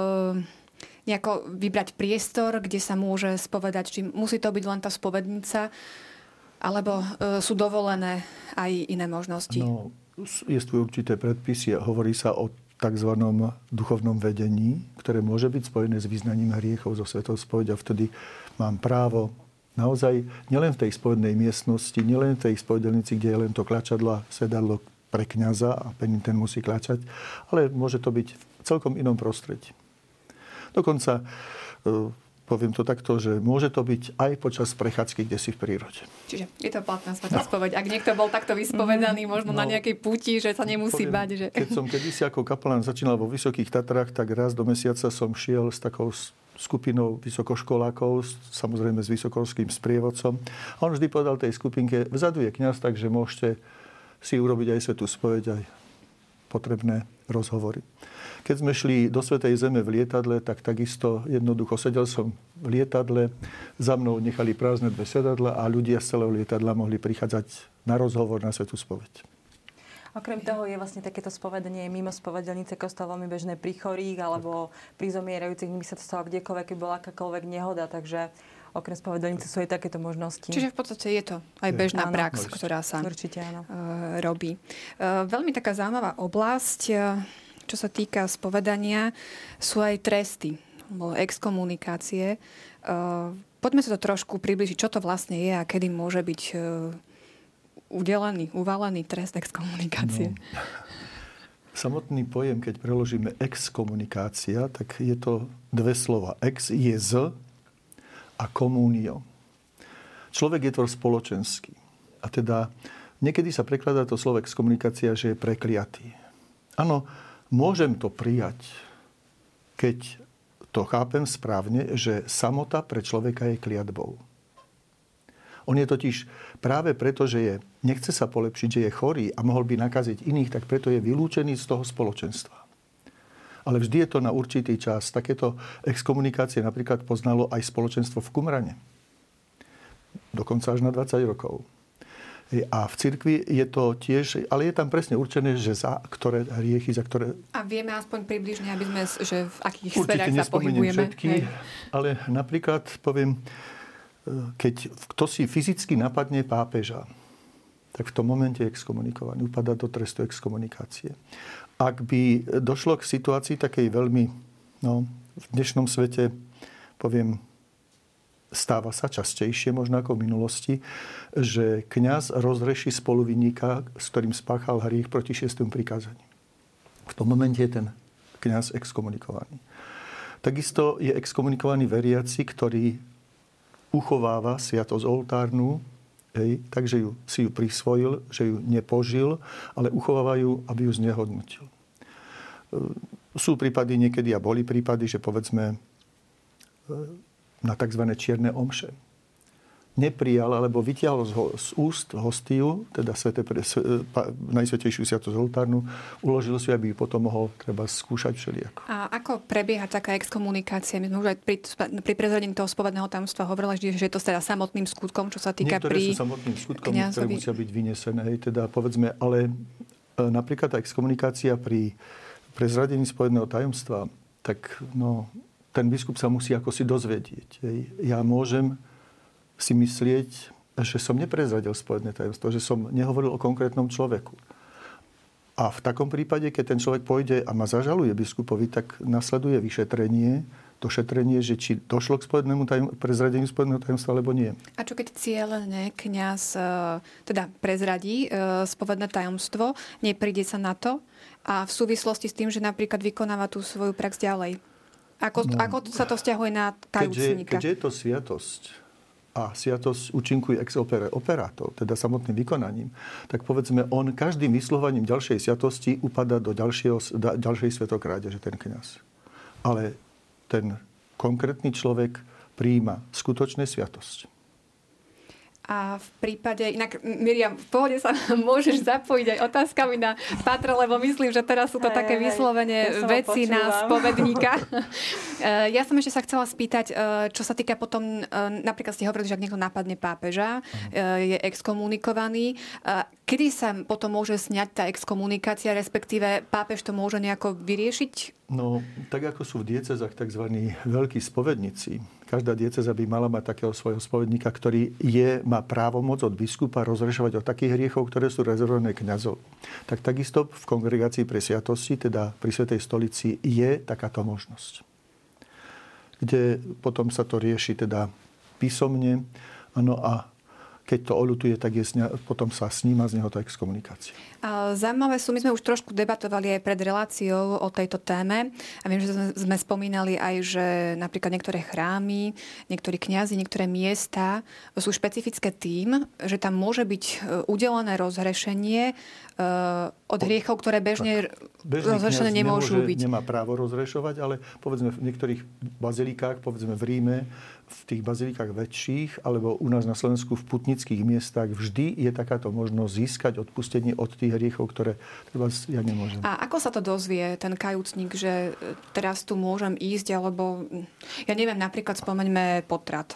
nejako vybrať priestor, kde sa môže spovedať, či musí to byť len tá spovednica, alebo sú dovolené aj iné možnosti? No, je tu určité predpisy. Hovorí sa o tzv. Duchovnom vedení, ktoré môže byť spojené s vyznaním hriechov zo svetou spoveď, a vtedy mám právo naozaj nielen v tej spovednej miestnosti, nielen v tej spovedelnici, kde je len to klačadlo, sedadlo pre kňaza a penitent musí klačať, ale môže to byť v celkom inom prostredí. Dokonca, poviem to takto, že môže to byť aj počas prechádzky, kde si v prírode. Čiže je to platná svätá spoveď. Ak niekto bol takto vyspovedaný, možno na nejakej púti, že sa nemusí bať. Že... Keď som kedysi ako kapelán začínal vo Vysokých Tatrách, tak raz do mesiaca som šiel s takou skupinou vysokoškolákov, samozrejme s vysokorským sprievodcom. A on vždy povedal tej skupinke, vzadu je kňaz, takže môžete si urobiť aj svätú spoveď, aj potrebné rozhovory. Keď sme šli do Svätej Zeme v lietadle, tak takisto jednoducho sedel som v lietadle, za mnou nechali prázdne dve sedadla a ľudia z celého lietadla mohli prichádzať na rozhovor na svätú spoveď. Okrem toho je vlastne takéto spovedanie mimo spovedelnice kostola veľmi bežné pri chorých alebo pri zomierajúcich. Nimi sa to stalo kdekoľvek, keď bola akákoľvek nehoda, takže okrem spovedelnice sú aj takéto možnosti. Čiže v podstate je to aj bežná prax, ktorá sa robí. Veľmi taká zaujímavá oblasť, čo sa týka spovedania, sú aj tresty, alebo exkomunikácie. Poďme sa to trošku približiť, čo to vlastne je a kedy môže byť uvalený trest exkomunikácie. No. Samotný pojem, keď preložíme exkomunikácia, tak je to dve slova. Ex je z a komunio. Človek je tvor spoločenský. A teda niekedy sa prekladá to slovo exkomunikácia, že je prekliatý. Áno, môžem to prijať, keď to chápem správne, že samota pre človeka je kliatbou. On je totiž práve preto, že nechce sa polepšiť, že je chorý a mohol by nakaziť iných, tak preto je vylúčený z toho spoločenstva. Ale vždy je to na určitý čas. Takéto exkomunikácie napríklad poznalo aj spoločenstvo v Kumrane. Dokonca až na 20 rokov. A v cirkvi je to tiež, ale je tam presne určené, že za ktoré hriechy, za ktoré... A vieme aspoň približne, aby sme, že v akých sférach sa pohybujeme. Všetky, ale napríklad poviem, keď kto si fyzicky napadne pápeža, tak v tom momente je exkomunikovaný, upadá do trestu exkomunikácie. Ak by došlo k situácii takej veľmi, v dnešnom svete, poviem, stáva sa častejšie, možno ako v minulosti, že kňaz rozreší spoluvinníka, s ktorým spáchal hriech proti 6. prikázaní. V tom momente je ten kňaz exkomunikovaný. Takisto je exkomunikovaný veriaci, ktorý uchováva sviatosť oltárnu, takže si ju prisvojil, že ju nepožil, ale uchováva ju, aby ju znehodnotil. Sú prípady niekedy, a boli prípady, že povedzme na tzv. Čierne omše neprijal, alebo vytiahol z úst hostiu, teda najsvätejšiu sviatosť oltárnu, uložil si, aby ju potom mohol treba skúšať všelijako. A ako prebieha taká exkomunikácia? My sme už aj pri prezradení toho spovedného tajomstva hovorili, že je to teda samotným skutkom, čo sa týka niektoré sú samotným skutkom, ktoré musia byť vynesené. Teda povedzme, ale napríklad tá exkomunikácia pri prezradení spovedného tajomstva, tak ten biskup sa musí ako si dozvedieť. Ja môžem si myslieť, že som neprezradil spovedné tajomstvo, že som nehovoril o konkrétnom človeku. A v takom prípade, keď ten človek pôjde a ma zažaluje biskupovi, tak nasleduje vyšetrenie, došetrenie, že či došlo k prezradeniu spovedného tajomstva, alebo nie. A čo keď cieľene kňaz teda prezradí spovedné tajomstvo, nepríde sa na to a v súvislosti s tým, že napríklad vykonáva tú svoju prax ďalej? Ako sa to vzťahuje na kajúcnika? Keďže je to sviatosť, a sviatosť účinkuje ex opere operato, teda samotným vykonaním, tak povedzme, on každým vyslovovaním ďalšej sviatosti upadá do ďalšej svätokrádeže, ten kňaz. Ale ten konkrétny človek prijíma skutočné sviatosť. A v prípade, inak Miriam, v pohode sa môžeš zapojiť aj otázkami na Patra, lebo myslím, že teraz sú to také vyslovene veci na spovedníka. Ja som ešte sa chcela spýtať, čo sa týka potom, napríklad ste hovorili, že ak niekto napadne pápeža, je exkomunikovaný. Kedy sa potom môže sňať tá exkomunikácia, respektíve pápež to môže nejako vyriešiť? No, tak ako sú v diecezách tzv. Veľkí spovedníci, každá dieceza by mala mať takého svojho spovedníka, ktorý má právomoc od biskupa rozrešovať o takých hriechov, ktoré sú rezervované kňazov. Tak takisto v kongregácii pre sviatosti, teda pri Svätej stolici, je takáto možnosť. Kde potom sa to rieši teda písomne, ano, a keď to oľutuje, tak potom sa sníma z neho tá exkomunikácia. Zaujímavé sú, my sme už trošku debatovali aj pred reláciou o tejto téme a viem, že sme spomínali aj, že napríklad niektoré chrámy, niektorí kňazi, niektoré miesta sú špecifické tým, že tam môže byť udelené rozhrešenie od hriechov, ktoré bežne rozhrešené nemôžu byť. Nemá právo rozhrešovať, ale povedzme v niektorých bazilikách, povedzme v Ríme, v tých bazilikách väčších, alebo u nás na Slovensku v putnických miestach vždy je takáto možnosť získať odpustenie od tých hriechov, ktoré ja nemôžem. A ako sa to dozvie ten kajúcnik, že teraz tu môžem ísť, alebo ja neviem, napríklad spomeňme potrat.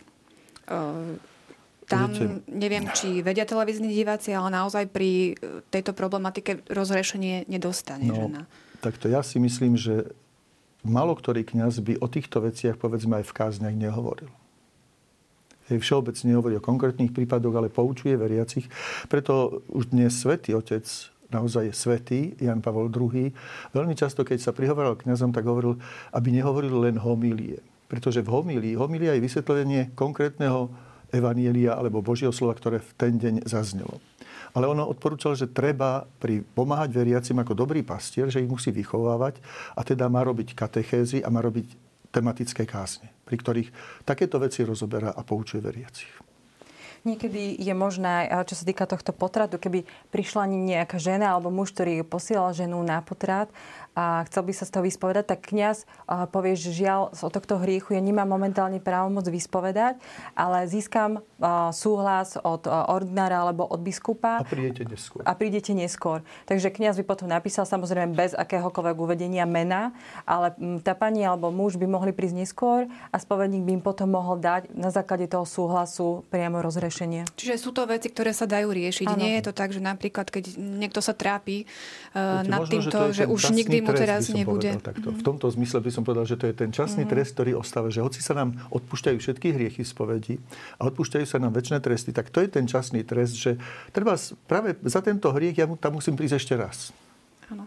Tam neviem, či vedia televízni diváci, ale naozaj pri tejto problematike rozhrešenie nedostane žena. Takto ja si myslím, že málo ktorý kňaz by o týchto veciach, povedzme, aj v kázniach nehovoril. Všeobecne hovorí o konkrétnych prípadoch, ale poučuje veriacich. Preto už dnes Svätý Otec, naozaj svätý Jan Pavol II, veľmi často, keď sa prihovoril kňazom, tak hovoril, aby nehovoril len homílie. Pretože v homília je vysvetlenie konkrétneho evanielia alebo Božieho slova, ktoré v ten deň zaznelo. Ale ono odporúčal, že treba pomáhať veriacim ako dobrý pastier, že ich musí vychovávať a teda má robiť katechézy a má robiť tematické kázne, pri ktorých takéto veci rozoberá a poučuje veriacich. Niekedy je možné, čo sa týka tohto potratu, keby prišla nejaká žena alebo muž, ktorý posielal ženu na potrat a chcel by sa z toho vyspovedať, tak kňaz povie, že žiaľ, od tohto hriechu ja nemám momentálne právomoc vyspovedať, ale získam súhlas od ordinára alebo od biskupa. A prídete neskôr. Takže kňaz by potom napísal, samozrejme bez akéhokoľvek uvedenia mena, ale tá pani alebo muž by mohli prísť neskôr a spovedník by im potom mohol dať na základe toho súhlasu priamo rozhrešenie. Čiže sú to veci, ktoré sa dajú riešiť. Ano. Nie je to tak, že napríklad, keď niekto sa trápi nad týmto, že už nikdy mu teraz nebude. V tomto zmysle by som povedal, že to je ten časný trest, ktorý ostáva, že hoci sa nám odpúšťajú všetky hriechy spovedi a odpúšťajú sa nám večné tresty, tak to je ten časný trest, že treba práve za tento hriech ja tam musím prísť ešte raz. Áno.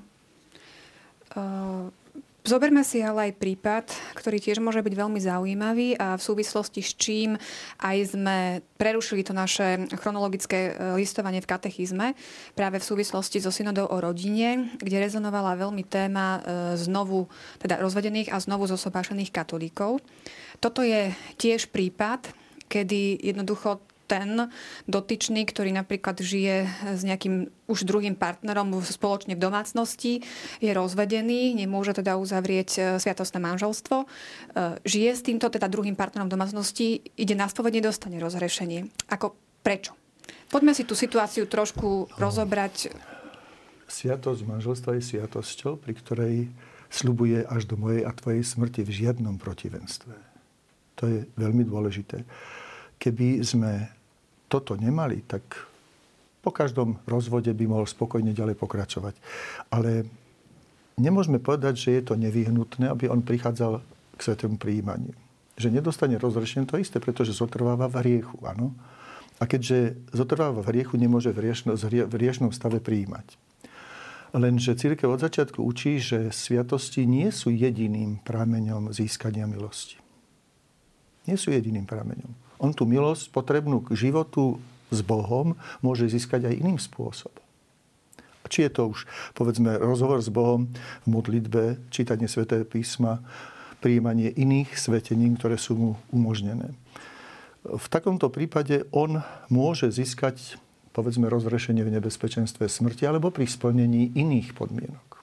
Zoberme si ale aj prípad, ktorý tiež môže byť veľmi zaujímavý a v súvislosti s čím aj sme prerušili to naše chronologické listovanie v katechizme, práve v súvislosti so synodou o rodine, kde rezonovala veľmi téma znovu, teda rozvedených a znovu zosobášených katolíkov. Toto je tiež prípad, kedy jednoducho ten dotyčný, ktorý napríklad žije s nejakým už druhým partnerom spoločne v domácnosti, je rozvedený, nemôže teda uzavrieť sviatostné manželstvo, žije s týmto teda druhým partnerom v domácnosti, ide na spoveď, nedostane rozhrešenie. Prečo? Poďme si tú situáciu trošku rozobrať. Sviatosť manželstva je sviatosťou, pri ktorej sľubuje až do mojej a tvojej smrti v žiadnom protivenstve. To je veľmi dôležité. Keby sme toto nemali, tak po každom rozvode by mohol spokojne ďalej pokračovať. Ale nemôžeme povedať, že je to nevyhnutné, aby on prichádzal k svätému prijímaniu. Že nedostane rozhrešenie, to isté, pretože zotrváva v hriechu. Áno? A keďže zotrváva v hriechu, nemôže v hriešnom stave prijímať. Lenže cirkev od začiatku učí, že sviatosti nie sú jediným prameňom získania milosti. Nie sú jediným prameňom. On tú milosť potrebnú k životu s Bohom môže získať aj iným spôsobom. A či je to už, povedzme, rozhovor s Bohom v modlitbe, čítanie Svätého písma, prijímanie iných svetenín, ktoré sú mu umožnené. v takomto prípade on môže získať, povedzme, rozrešenie v nebezpečenstve smrti alebo pri splnení iných podmienok.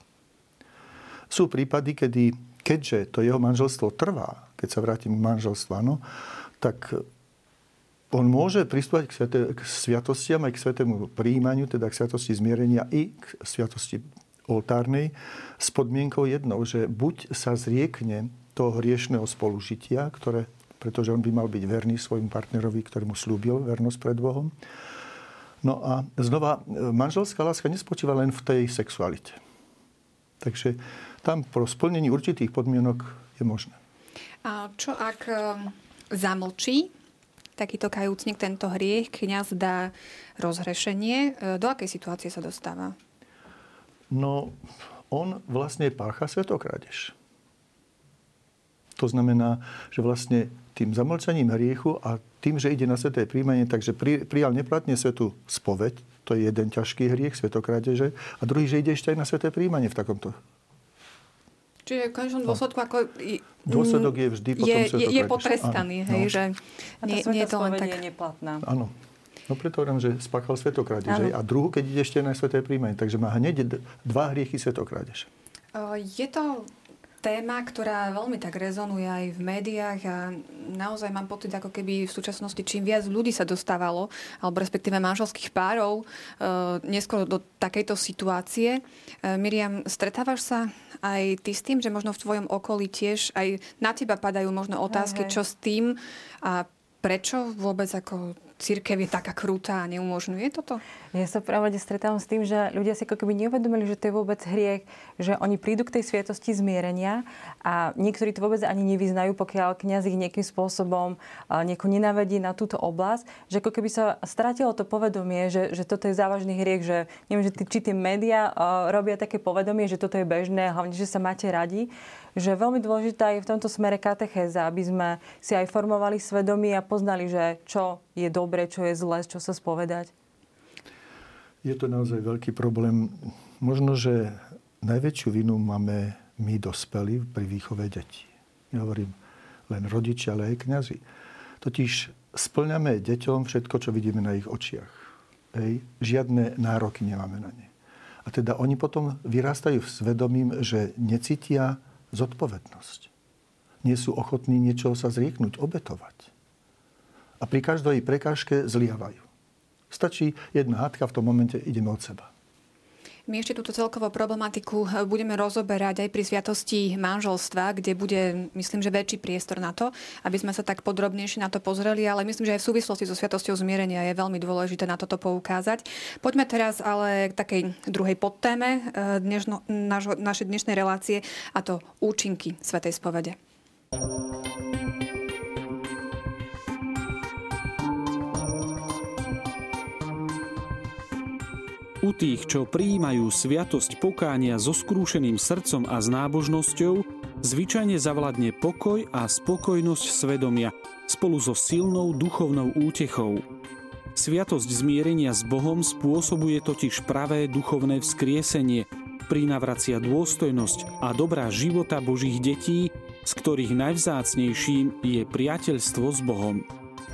Sú prípady, keďže to jeho manželstvo trvá, keď sa vrátim k manželstvu, áno, tak on môže pristúpať k sviatostiam aj k svätému prijímaniu, teda k sviatosti zmierenia i k sviatosti oltárnej s podmienkou jednou, že buď sa zriekne toho hriešného spolužitia, pretože on by mal byť verný svojmu partnerovi, ktorému slúbil vernosť pred Bohom. No a znova, manželská láska nespočíva len v tej sexualite. Takže tam pro splnení určitých podmienok je možné. A čo ak zamlčí takýto kajúcnik tento hriech, kňaz dá rozhrešenie, do akej situácie sa dostáva? No, on vlastne pácha svätokrádež. To znamená, že vlastne tým zamlčaním hriechu a tým, že ide na sväté prijímanie, takže prijal neplatne svätú spoveď, to je jeden ťažký hriech, svätokrádeže, a druhý, že ide ešte aj na sväté prijímanie v takomto. Čiže v konečnom dôsledku ako dôsledok je vždy potom svätokrádež. Je potrestaný, hej, že nie je to len tak. Je neplatná. Áno. No preto hovorím, že spáchal svätokrádež. A druhú, keď ide ešte na sväté prijímanie. Takže má hneď dva hriechy svätokrádež. Je to téma, ktorá veľmi tak rezonuje aj v médiách a naozaj mám pocit, ako keby v súčasnosti čím viac ľudí sa dostávalo, alebo respektíve manželských párov, neskôr do takejto situácie. Miriam, stretávaš sa aj ty s tým, že možno v tvojom okolí tiež aj na teba padajú možno otázky, čo s tým a prečo vôbec ako cirkev je taká krutá a neumožňuje toto? Ja sa práve stretávam s tým, že ľudia si ako keby neuvedomili, že to je vôbec hriech, že oni prídu k tej sviatosti zmierenia a niektorí to vôbec ani nevyznajú, pokiaľ kňaz ich nejakým spôsobom nieko nenavedí na túto oblasť, že ako keby sa stratilo to povedomie, že toto je závažný hriech, že neviem, že či tie médiá robia také povedomie, že toto je bežné, hlavne, že sa máte radi, že veľmi dôležitá je v tomto smere katechéza, aby sme si aj formovali svedomie a poznali, že čo je dobre, čo je zlé, čo sa spovedať. Je to naozaj veľký problém. Možno, že najväčšiu vinu máme my dospelí pri výchove detí. Nehovorím len rodičia, ale aj kňazi. Totiž spĺňame deťom všetko, čo vidíme na ich očiach. Hej. Žiadne nároky nemáme na ne. A teda oni potom vyrastajú v svedomím, že necítia zodpovednosť. Nie sú ochotní niečoho sa zrieknúť, obetovať. A pri každej prekážke zlyhávajú. Stačí jedna hádka, v tom momente ideme od seba. My ešte túto celkovú problematiku budeme rozoberať aj pri sviatosti manželstva, kde bude, myslím, že väčší priestor na to, aby sme sa tak podrobnejšie na to pozreli, ale myslím, že aj v súvislosti so sviatosťou zmierenia je veľmi dôležité na toto poukázať. Poďme teraz ale k takej druhej podtéme našej dnešnej relácie, a to účinky svätej spovede. U tých, čo prijímajú sviatosť pokánia so skrúšeným srdcom a s nábožnosťou, zvyčajne zavladne pokoj a spokojnosť svedomia spolu so silnou duchovnou útechou. Sviatosť zmierenia s Bohom spôsobuje totiž pravé duchovné vzkriesenie, prinavracia dôstojnosť a dobrá života Božích detí, z ktorých najvzácnejším je priateľstvo s Bohom.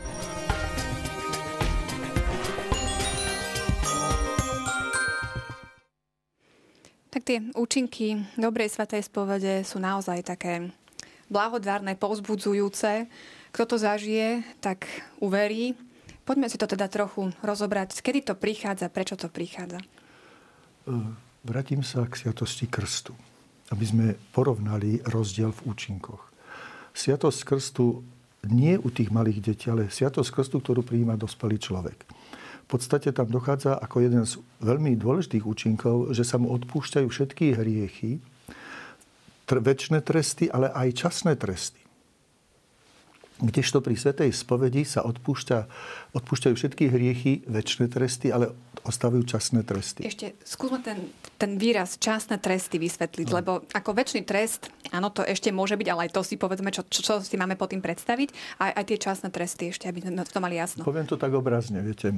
Tak tie účinky dobrej svätej spovede sú naozaj také blahodárne, povzbudzujúce. Kto to zažije, tak uverí. Poďme si to teda trochu rozobrať. Kedy to prichádza, prečo to prichádza? Vrátim sa k sviatosti krstu, aby sme porovnali rozdiel v účinkoch. Sviatosť krstu nie u tých malých detí, ale sviatosť krstu, ktorú prijíma dospelý človek. V podstate tam dochádza ako jeden z veľmi dôležitých účinkov, že sa mu odpúšťajú všetky hriechy, večné tresty, ale aj časné tresty. Kdežto pri svätej spovedi sa odpúšťajú všetky hriechy, večné tresty, ale ostávajú časné tresty. Ešte skúsme ten výraz časné tresty vysvetliť, lebo ako večný trest, áno, to ešte môže byť, ale aj to si povedzme, čo si máme pod tým predstaviť, aj tie časné tresty ešte, aby to mali jasno. Poviem to tak obrazne, viete.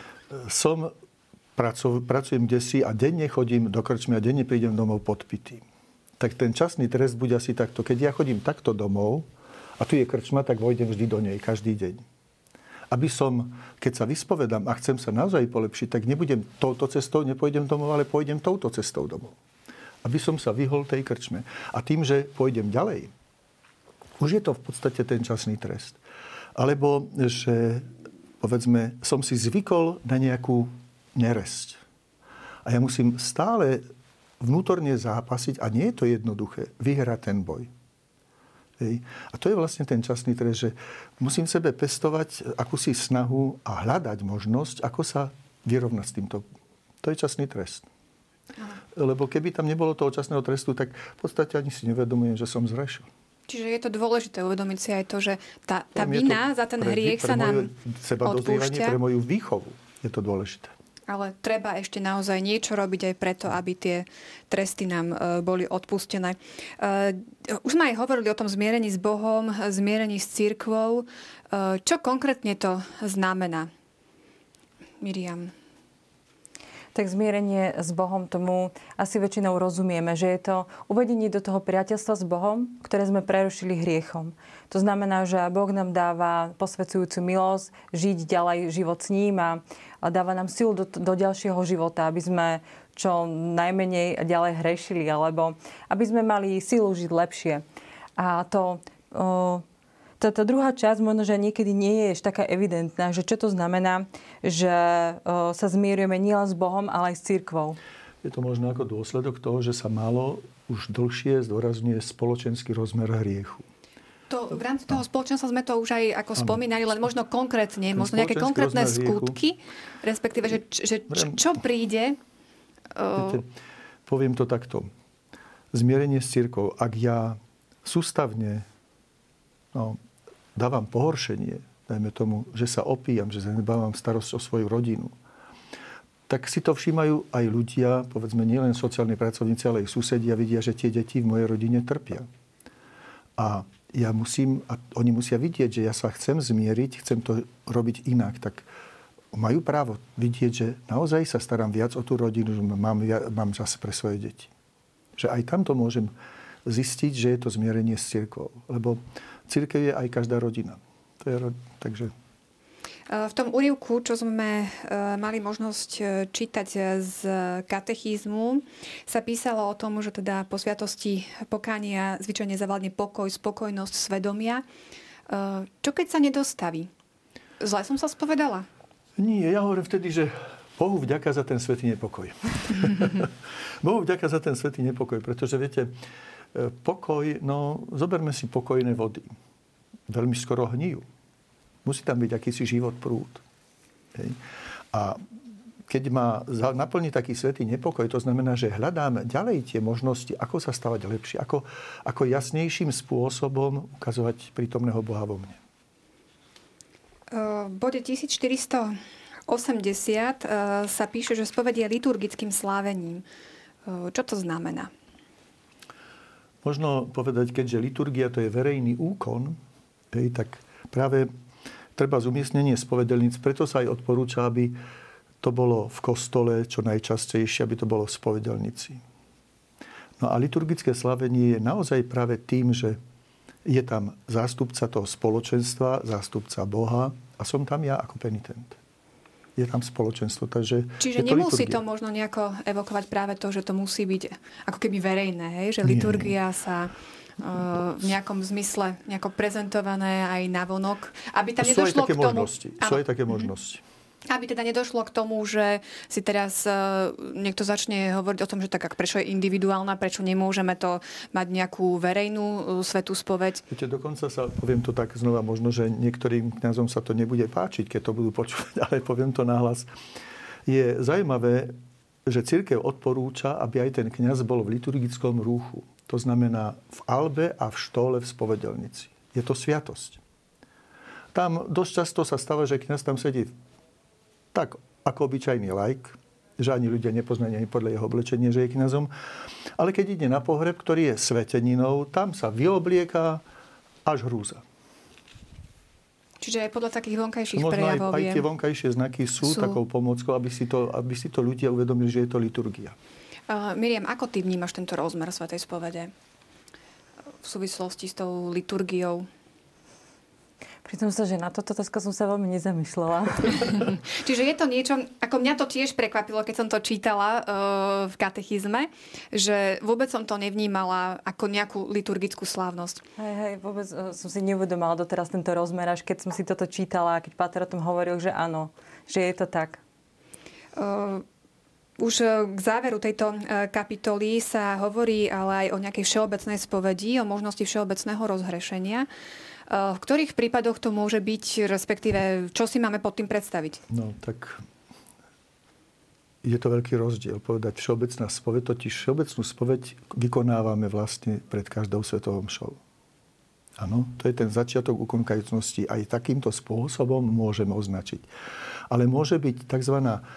Pracujem kdesi a denne chodím do krčmy a denne prídem domov podpitý. Tak ten časný trest bude asi takto. Keď ja chodím takto domov, a tu je krčma, tak vojdem vždy do nej, každý deň. aby som, keď sa vyspovedám a chcem sa naozaj polepšiť, tak nebudem touto cestou, nepôjdem domov, ale pôjdem touto cestou domov. Aby som sa vyhol tej krčme. A tým, že pôjdem ďalej, už je to v podstate ten časný trest. Alebo, že povedzme, som si zvykol na nejakú neresť. A ja musím stále vnútorne zápasiť, a nie je to jednoduché, vyhrať ten boj. Hej. A to je vlastne ten časný trest, že musím v sebe pestovať akúsi snahu a hľadať možnosť, ako sa vyrovnať s týmto. To je časný trest. Lebo keby tam nebolo toho časného trestu, tak v podstate ani si nevedomujem, že som zrešil. Čiže je to dôležité uvedomiť si aj to, že tá vina za ten hriech sa nám odpúšťa. Pre moju výchovu je to dôležité. Ale treba ešte naozaj niečo robiť aj preto, aby tie tresty nám boli odpustené. Už sme aj hovorili o tom zmierení s Bohom, zmierení s cirkvou. Čo konkrétne to znamená? Miriam. Tak zmierenie s Bohom, tomu asi väčšinou rozumieme, že je to uvedenie do toho priateľstva s Bohom, ktoré sme prerušili hriechom. To znamená, že Boh nám dáva posvedzujúcu milosť, žiť ďalej život s ním a dáva nám silu do ďalšieho života, aby sme čo najmenej ďalej hrešili, alebo aby sme mali silu žiť lepšie. A tá druhá časť možno, že niekedy nie je ešte taká evidentná, že čo to znamená, že sa zmierujeme nielen s Bohom, ale aj s cirkvou. Je to možno ako dôsledok toho, že sa málo už dlhšie zdôrazňuje spoločenský rozmer hriechu. V rámci toho spoločenstva sme to už aj ako spomínali, len možno konkrétne, možno nejaké konkrétne skutky, respektíve, že čo príde. Viete, poviem to takto. Zmierenie s cirkvou, ak ja sústavne dávam pohoršenie, dajme tomu, že sa opíjam, že zanedbávam starosť o svoju rodinu, tak si to všímajú aj ľudia, povedzme nielen sociálni pracovníci, ale aj susedia, vidia, že tie deti v mojej rodine trpia. A oni musia vidieť, že ja sa chcem zmieriť, chcem to robiť inak, tak majú právo vidieť, že naozaj sa starám viac o tú rodinu, že mám čas pre svoje deti. Že aj tamto môžem zistiť, že je to zmierenie s cirkvou. Lebo cirkev je aj každá rodina. Takže... V tom úryvku, čo sme mali možnosť čítať z katechizmu, sa písalo o tom, že teda po sviatosti pokánia zvyčajne zavládne pokoj, spokojnosť, svedomia. Čo keď sa nedostaví? Zle som sa spovedala? Nie, ja hovorím vtedy, že Bohu vďaka za ten svätý nepokoj. Bohu vďaka za ten svätý nepokoj, pretože viete, pokoj, zoberme si pokojné vody. Veľmi skoro hnijú. Musí tam byť akýsi život prúd. Hej. A keď ma naplní taký svätý nepokoj, to znamená, že hľadám ďalej tie možnosti, ako sa stavať lepšie, ako jasnejším spôsobom ukazovať prítomného Boha vo mne. V bode 1480 sa píše, že spoveď je liturgickým slávením. Čo to znamená? Možno povedať, keďže liturgia to je verejný úkon, tak práve treba zumiestnenie spovedelníc, preto sa aj odporúča, aby to bolo v kostole čo najčastejšie, aby to bolo v spovedelnici. No a liturgické slávenie je naozaj práve tým, že je tam zástupca toho spoločenstva, zástupca Boha a som tam ja ako penitent. Je tam spoločenstvo, takže čiže nemusí to možno nejako evokovať práve to, že to musí byť ako keby verejné, hej? Že liturgia sa v nejakom zmysle nejako prezentované aj navonok, aby tam nedošlo k tomu... Sú aj také možnosti. Aby teda nedošlo k tomu, že si teraz niekto začne hovoriť o tom, že tak prečo je individuálna, prečo nemôžeme to mať nejakú verejnú svätú spoveď. Viete, dokonca poviem to tak znova, možno, že niektorým kňazom sa to nebude páčiť, keď to budú počúvať, ale poviem to nahlas. Je zaujímavé, že cirkev odporúča, aby aj ten kňaz bol v liturgickom rúchu. To znamená v albe a v štóle v spovedelnici. Je to sviatosť. Tam dosť často sa stáva, že kňaz tam sedí tak ako obyčajný laik, že ani ľudia nepoznajú ani podľa jeho oblečenia, že je kňazom. Ale keď ide na pohreb, ktorý je sveteninou, tam sa vyoblieka až hrúza. Čiže aj podľa takých vonkajších prejavov aj tie vonkajšie znaky sú takou pomôckou, aby si to ľudia uvedomili, že je to liturgia. Miriam, ako ty vnímaš tento rozmer svätej spovede v súvislosti s tou liturgiou? Pritom sa, že na toto otázka som sa veľmi nezamýšľala. Čiže je to niečo, ako mňa to tiež prekvapilo, keď som to čítala v katechizme, že vôbec som to nevnímala ako nejakú liturgickú slávnosť. Hej, vôbec som si neuvedomala doteraz tento rozmer, až keď som si toto čítala, keď páter o tom hovoril, že áno, že je to tak. Už k záveru tejto kapitoly sa hovorí ale aj o nejakej všeobecnej spovedi, o možnosti všeobecného rozhrešenia. V ktorých prípadoch to môže byť, respektíve, čo si máme pod tým predstaviť? No, tak je to veľký rozdiel povedať všeobecná spoveď, totiž všeobecnú spoveď vykonávame vlastne pred každou svetovou mšou. Áno, to je ten začiatok ukonkajúcnosti. Aj takýmto spôsobom môžeme označiť. Ale môže byť tzv.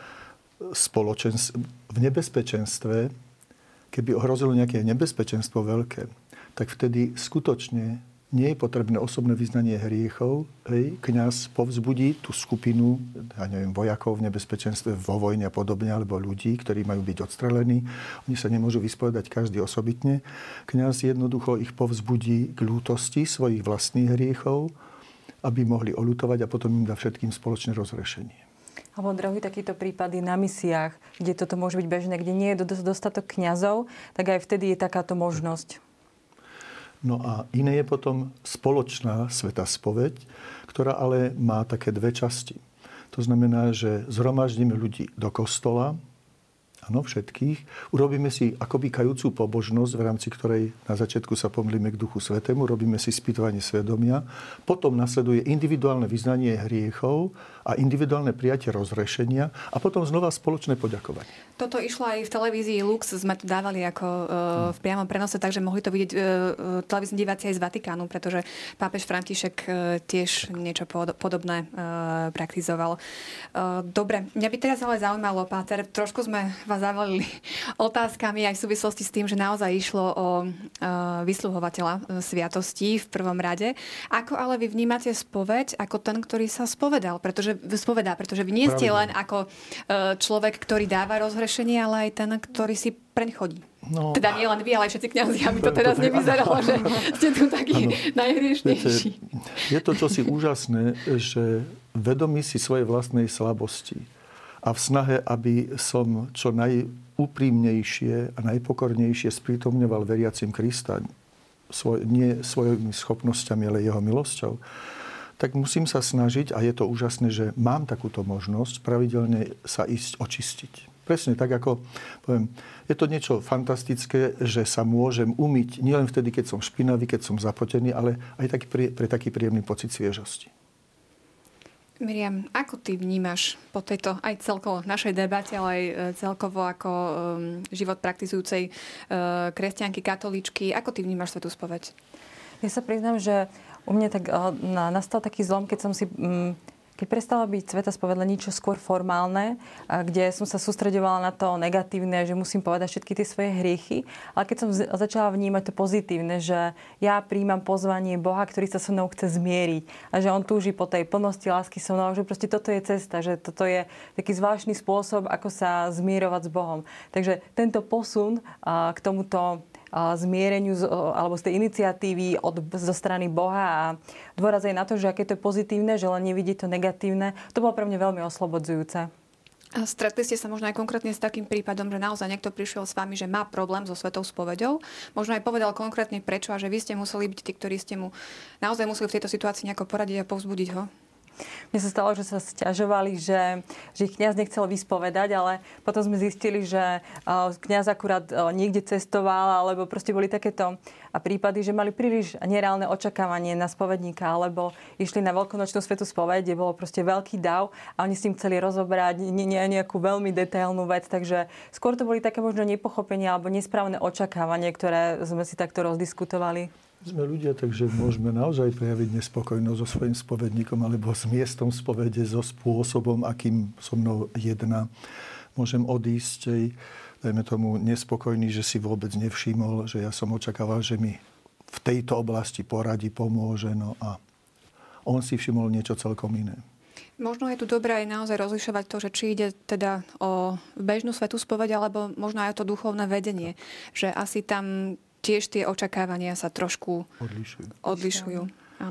V nebezpečenstve, keby ohrozilo nejaké nebezpečenstvo veľké, tak vtedy skutočne nie je potrebné osobné vyznanie hriechov. Kňaz povzbudí tú skupinu, vojakov v nebezpečenstve, vo vojne a podobne, alebo ľudí, ktorí majú byť odstrelení. Oni sa nemôžu vyspovedať každý osobitne. Kňaz jednoducho ich povzbudí k ľútosti svojich vlastných hriechov, aby mohli oľutovať a potom im dá všetkým spoločné rozhrešenie. Alebo druhý takýto prípady na misiách, kde toto môže byť bežné, kde nie je dostatok kňazov, tak aj vtedy je takáto možnosť. No a iné je potom spoločná svätá spoveď, ktorá ale má také dve časti. To znamená, že zhromaždíme ľudí do kostola, áno, všetkých. Urobíme si akoby kajúcu pobožnosť, v rámci ktorej na začiatku sa pomodlíme k Duchu Svätému, robíme si spýtovanie svedomia. Potom nasleduje individuálne vyznanie hriechov a individuálne prijatie rozhrešenia a potom znova spoločné poďakovanie. Toto išlo aj v televízii Lux, sme to dávali ako v priamom prenose, takže mohli to vidieť televízni diváci aj z Vatikánu, pretože pápež František tiež niečo podobné praktizoval. Dobre, mňa by teraz ale zaujímalo, páter, trošku sme vás zavolili otázkami aj v súvislosti s tým, že naozaj išlo o vysluhovateľa sviatostí v prvom rade. Ako ale vy vnímate spoveď ako ten, ktorý sa spovedal? Pretože vy nie ste len ako človek, ktorý dáva rozhrešenie, ale aj ten, ktorý si preň chodí. No, teda nie len vy, ale aj všetci kňazi. A mi to teraz nevyzeralo, že ste tu takí najhriešnejší. Je to čosi úžasné, že vedomí si svojej vlastnej slabosti a v snahe, aby som čo najúprimnejšie a najpokornejšie sprítomňoval veriacim Krista, nie svojimi schopnosťami, ale jeho milosťou, tak musím sa snažiť, a je to úžasné, že mám takúto možnosť, pravidelne sa ísť očistiť. Presne tak, ako poviem, je to niečo fantastické, že sa môžem umyť nielen vtedy, keď som špinavý, keď som zapotený, ale aj pre taký príjemný pocit sviežosti. Miriam, ako ty vnímaš po tejto aj celkovo našej debate, ale aj celkovo ako život praktizujúcej kresťanky, katolíčky, ako ty vnímaš svätú spoveď? Ja sa priznám, že u mňa tak nastal taký zlom, keď prestala byť svätá spoveď len niečo skôr formálne, kde som sa sústreďovala na to negatívne, že musím povedať všetky tie svoje hriechy. Ale keď som začala vnímať to pozitívne, že ja prijímam pozvanie Boha, ktorý sa so mnou chce zmieriť a že on túži po tej plnosti lásky so mnou, že proste toto je cesta, že toto je taký zvláštny spôsob, ako sa zmierovať s Bohom. Takže tento posun k tomuto zmiereniu alebo z tej iniciatívy zo strany Boha a dôraz aj na to, že aké to je pozitívne, že len nevidí to negatívne, to bolo pre mňa veľmi oslobodzujúce. A stretli ste sa možno aj konkrétne s takým prípadom, že naozaj niekto prišiel s vami, že má problém so svetou spoveďou. Možno aj povedal konkrétne prečo a že vy ste museli byť tí, ktorí ste mu naozaj museli v tejto situácii nejako poradiť a povzbudiť ho. Mne sa stalo, že sa sťažovali, že ich kňaz nechcel vyspovedať, ale potom sme zistili, že kňaz akurát niekde cestoval, alebo proste boli takéto prípady, že mali príliš nereálne očakávanie na spovedníka, alebo išli na veľkonočnú svätú spoveď, kde bolo proste veľký dav a oni s tým chceli rozobrať nejakú veľmi detailnú vec, takže skôr to boli také možno nepochopenia alebo nesprávne očakávanie, ktoré sme si takto rozdiskutovali. Sme ľudia, takže môžeme naozaj prejaviť nespokojnosť so svojím spovedníkom alebo s miestom spovede, so spôsobom, akým so mnou jedná. Môžem odísť, dajme tomu, nespokojný, že si vôbec nevšimol, že ja som očakával, že mi v tejto oblasti poradí, pomôže, no a on si všimol niečo celkom iné. Možno je tu dobré aj naozaj rozlišovať to, že či ide teda o bežnú svätú spoveď, alebo možno aj o to duchovné vedenie. Že asi tam tiež tie očakávania sa trošku odlišujú. Áno.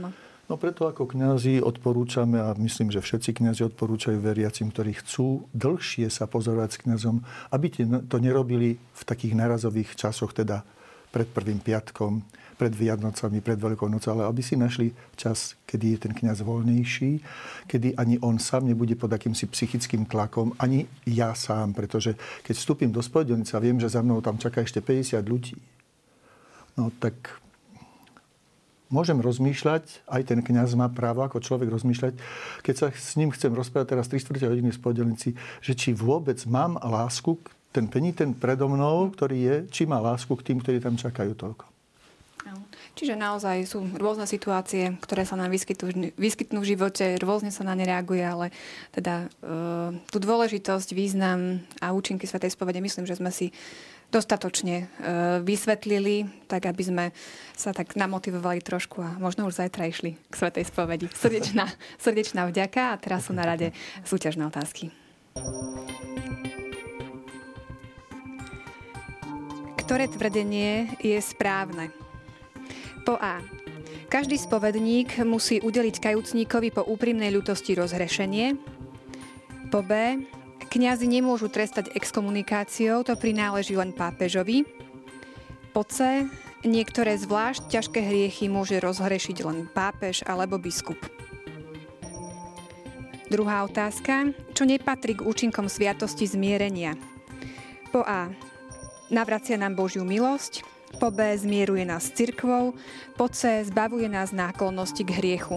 No preto ako kňazi odporúčame, a myslím, že všetci kňazi odporúčajú veriacim, ktorí chcú dlhšie sa pozorovať s kňazom, aby to nerobili v takých narazových časoch, teda pred prvým piatkom, pred Vianocami, pred Veľkou nocou, ale aby si našli čas, kedy je ten kňaz voľnejší, kedy ani on sám nebude pod akýmsi psychickým tlakom, ani ja sám, pretože keď vstúpim do spovedonice a viem, že za mnou tam čaká ešte 50 ľudí, no tak môžem rozmýšľať, aj ten kňaz má právo ako človek rozmýšľať, keď sa s ním chcem rozprávať teraz 3/4 hodiny v spovedonici, že či vôbec mám lásku, ten penitent predo mnou, ktorý je, či má lásku k tým, ktorí tam čakajú toľko. Čiže naozaj sú rôzne situácie, ktoré sa nám vyskytnú v živote, rôzne sa na ne reaguje, ale teda tú dôležitosť, význam a účinky svätej spovede myslím, že sme si dostatočne vysvetlili, tak aby sme sa tak namotivovali trošku a možno už zajtra išli k svätej spovedi. Srdečná vďaka a teraz sú na rade súťažné otázky. Ktoré tvrdenie je správne? Po A. Každý spovedník musí udeliť kajúcníkovi po úprimnej ľútosti rozhrešenie. Po B. Kňazi nemôžu trestať exkomunikáciou, to prináleží len pápežovi. Po C. Niektoré zvlášť ťažké hriechy môže rozhrešiť len pápež alebo biskup. Druhá otázka. Čo nepatrí k účinkom sviatosti zmierenia? Po A. Navracia nám Božiu milosť. Po B. Zmieruje nás s cirkvou. Po C. Zbavuje nás náklonnosti k hriechu.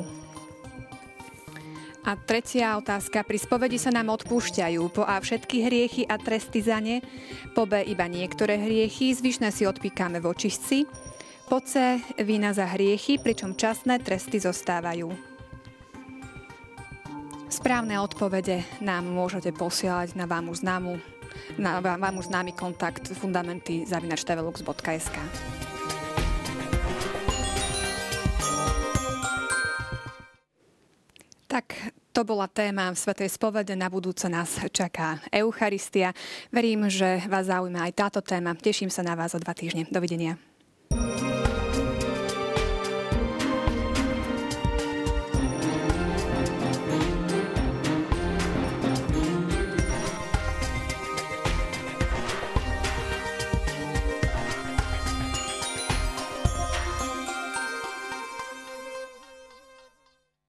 A tretia otázka. Pri spovedi sa nám odpúšťajú. Po A. Všetky hriechy a tresty za ne. Po B. Iba niektoré hriechy. Zvyšné si odpíkame v očistci. Po C. Vina za hriechy, pričom časné tresty zostávajú. Správne odpovede nám môžete posielať na vám už známy kontakt fundamenty@tvlux.sk. Tak to bola téma svätej spovede. Na budúce nás čaká Eucharistia. Verím, že vás zaujíma aj táto téma. Teším sa na vás o 2 týždne. Dovidenia.